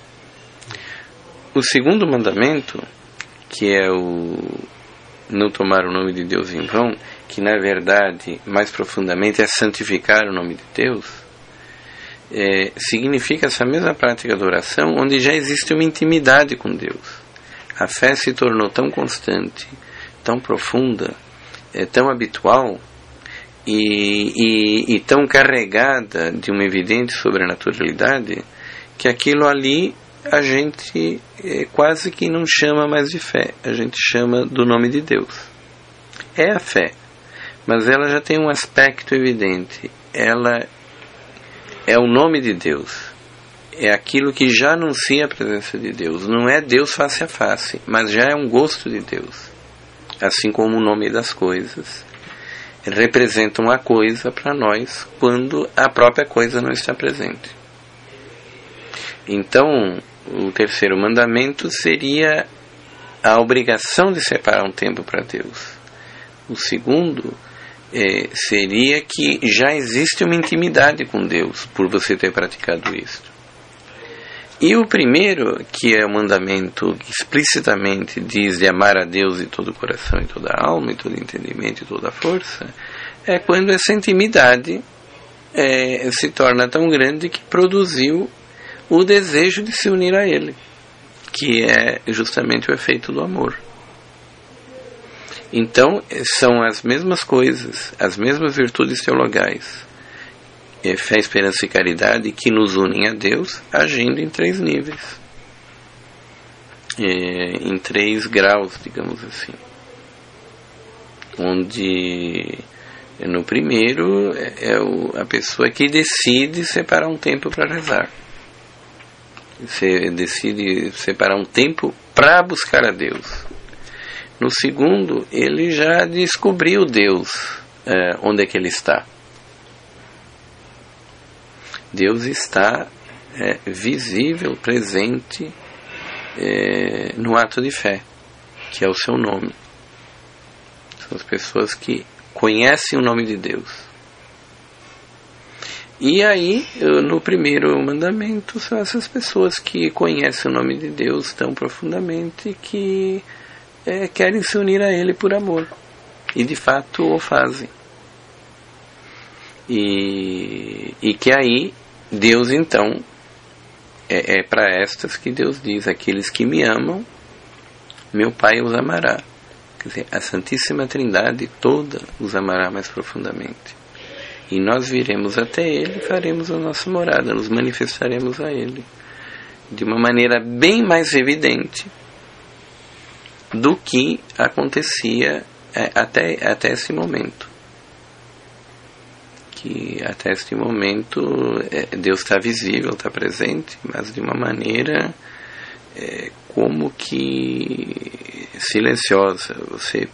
O segundo mandamento, que é o não tomar o nome de Deus em vão, que na verdade, mais profundamente, é santificar o nome de Deus, é, significa essa mesma prática de oração, onde já existe uma intimidade com Deus. A fé se tornou tão constante, tão profunda, é, tão habitual e, e, e tão carregada de uma evidente sobrenaturalidade, que aquilo ali a gente é, quase que não chama mais de fé, a gente chama do nome de Deus. É a fé, mas ela já tem um aspecto evidente, ela é o nome de Deus, é aquilo que já anuncia a presença de Deus, não é Deus face a face, mas já é um gosto de Deus, assim como o nome das coisas representam a coisa para nós quando a própria coisa não está presente. Então, o terceiro mandamento seria a obrigação de separar um tempo para Deus. O segundo é, seria que já existe uma intimidade com Deus por você ter praticado isso. E o primeiro, que é o mandamento que explicitamente diz de amar a Deus de todo o coração, e toda a alma, e todo o entendimento, e toda a força, é quando essa intimidade é, se torna tão grande que produziu o desejo de se unir a Ele, que é justamente o efeito do amor. Então, são as mesmas coisas, as mesmas virtudes teologais, é, fé, esperança e caridade, que nos unem a Deus, agindo em três níveis, é, em três graus, digamos assim. Onde, no primeiro, é, é o, a pessoa que decide separar um tempo para rezar. Você decide separar um tempo para buscar a Deus. No segundo, ele já descobriu Deus, é, onde é que Ele está. Deus está é, visível, presente é, no ato de fé, que é o seu nome. São as pessoas que conhecem o nome de Deus. E aí, no primeiro mandamento, são essas pessoas que conhecem o nome de Deus tão profundamente que é, querem se unir a Ele por amor. E de fato o fazem. E, e que aí, Deus então, é, é para estas que Deus diz, aqueles que me amam, meu Pai os amará. Quer dizer, a Santíssima Trindade toda os amará mais profundamente. E nós viremos até Ele e faremos a nossa morada, nos manifestaremos a Ele de uma maneira bem mais evidente do que acontecia é, até, até esse momento. Que até este momento é, Deus está visível, está presente, mas de uma maneira é, como que silenciosa. Você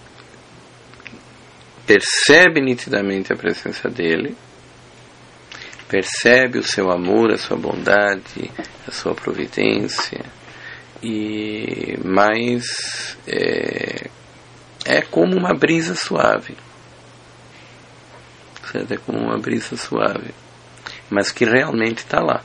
percebe nitidamente a presença dele, percebe o seu amor, a sua bondade, a sua providência, e mais é, é como uma brisa suave, certo? É como uma brisa suave, mas que realmente está lá.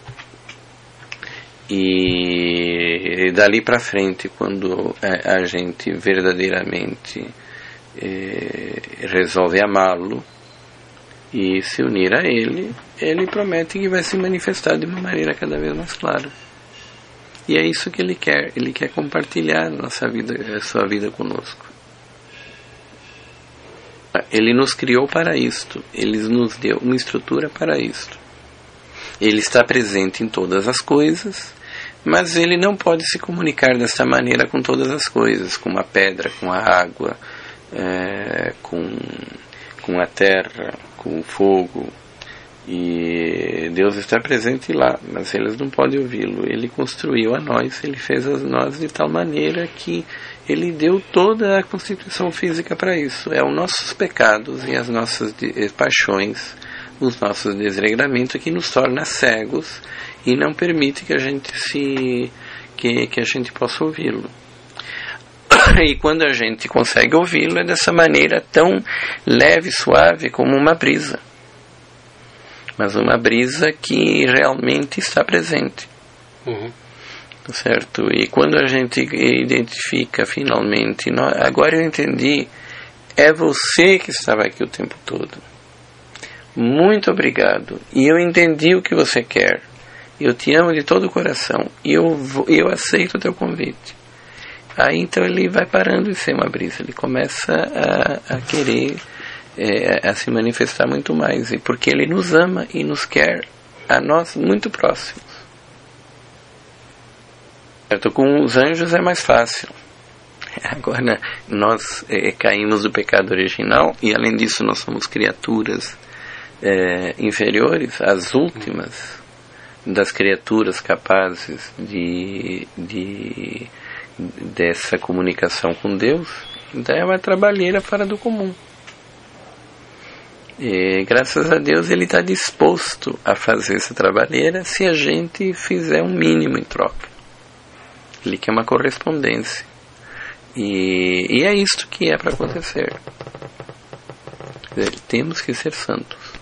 E dali para frente, quando a, a gente verdadeiramente é, resolve amá-lo e se unir a Ele, Ele promete que vai se manifestar de uma maneira cada vez mais clara. E é isso que Ele quer. Ele quer compartilhar a nossa vida, a sua vida conosco. Ele nos criou para isto. Ele nos deu uma estrutura para isto. Ele está presente em todas as coisas, mas Ele não pode se comunicar desta maneira com todas as coisas, com a pedra, com a água, é, com, com a terra, com o fogo. E Deus está presente lá, mas eles não podem ouvi-lo. Ele construiu a nós, ele fez a nós de tal maneira que ele deu toda a constituição física para isso. É os nossos pecados e as nossas paixões, os nossos desregramentos que nos torna cegos e não permite que a gente se que, que a gente possa ouvi-lo. E quando a gente consegue ouvi-lo é dessa maneira tão leve e suave como uma brisa, mas uma brisa que realmente está presente. Uhum. Certo? E quando a gente identifica finalmente, nós, agora eu entendi, é você que estava aqui o tempo todo. Muito obrigado. E eu entendi o que você quer. Eu te amo de todo o coração. E eu, eu aceito o teu convite. Aí então ele vai parando de ser uma brisa. Ele começa a, a querer é, a se manifestar muito mais. E porque ele nos ama e nos quer a nós muito próximos. Certo? Com os anjos é mais fácil. Agora nós é, caímos do pecado original e além disso nós somos criaturas é, inferiores, as últimas das criaturas capazes de, de dessa comunicação com Deus. Então é uma trabalheira fora do comum. E graças a Deus ele está disposto a fazer essa trabalheira se a gente fizer um mínimo em troca. Ele quer uma correspondência. E, e é isto que é para acontecer. Temos que ser santos.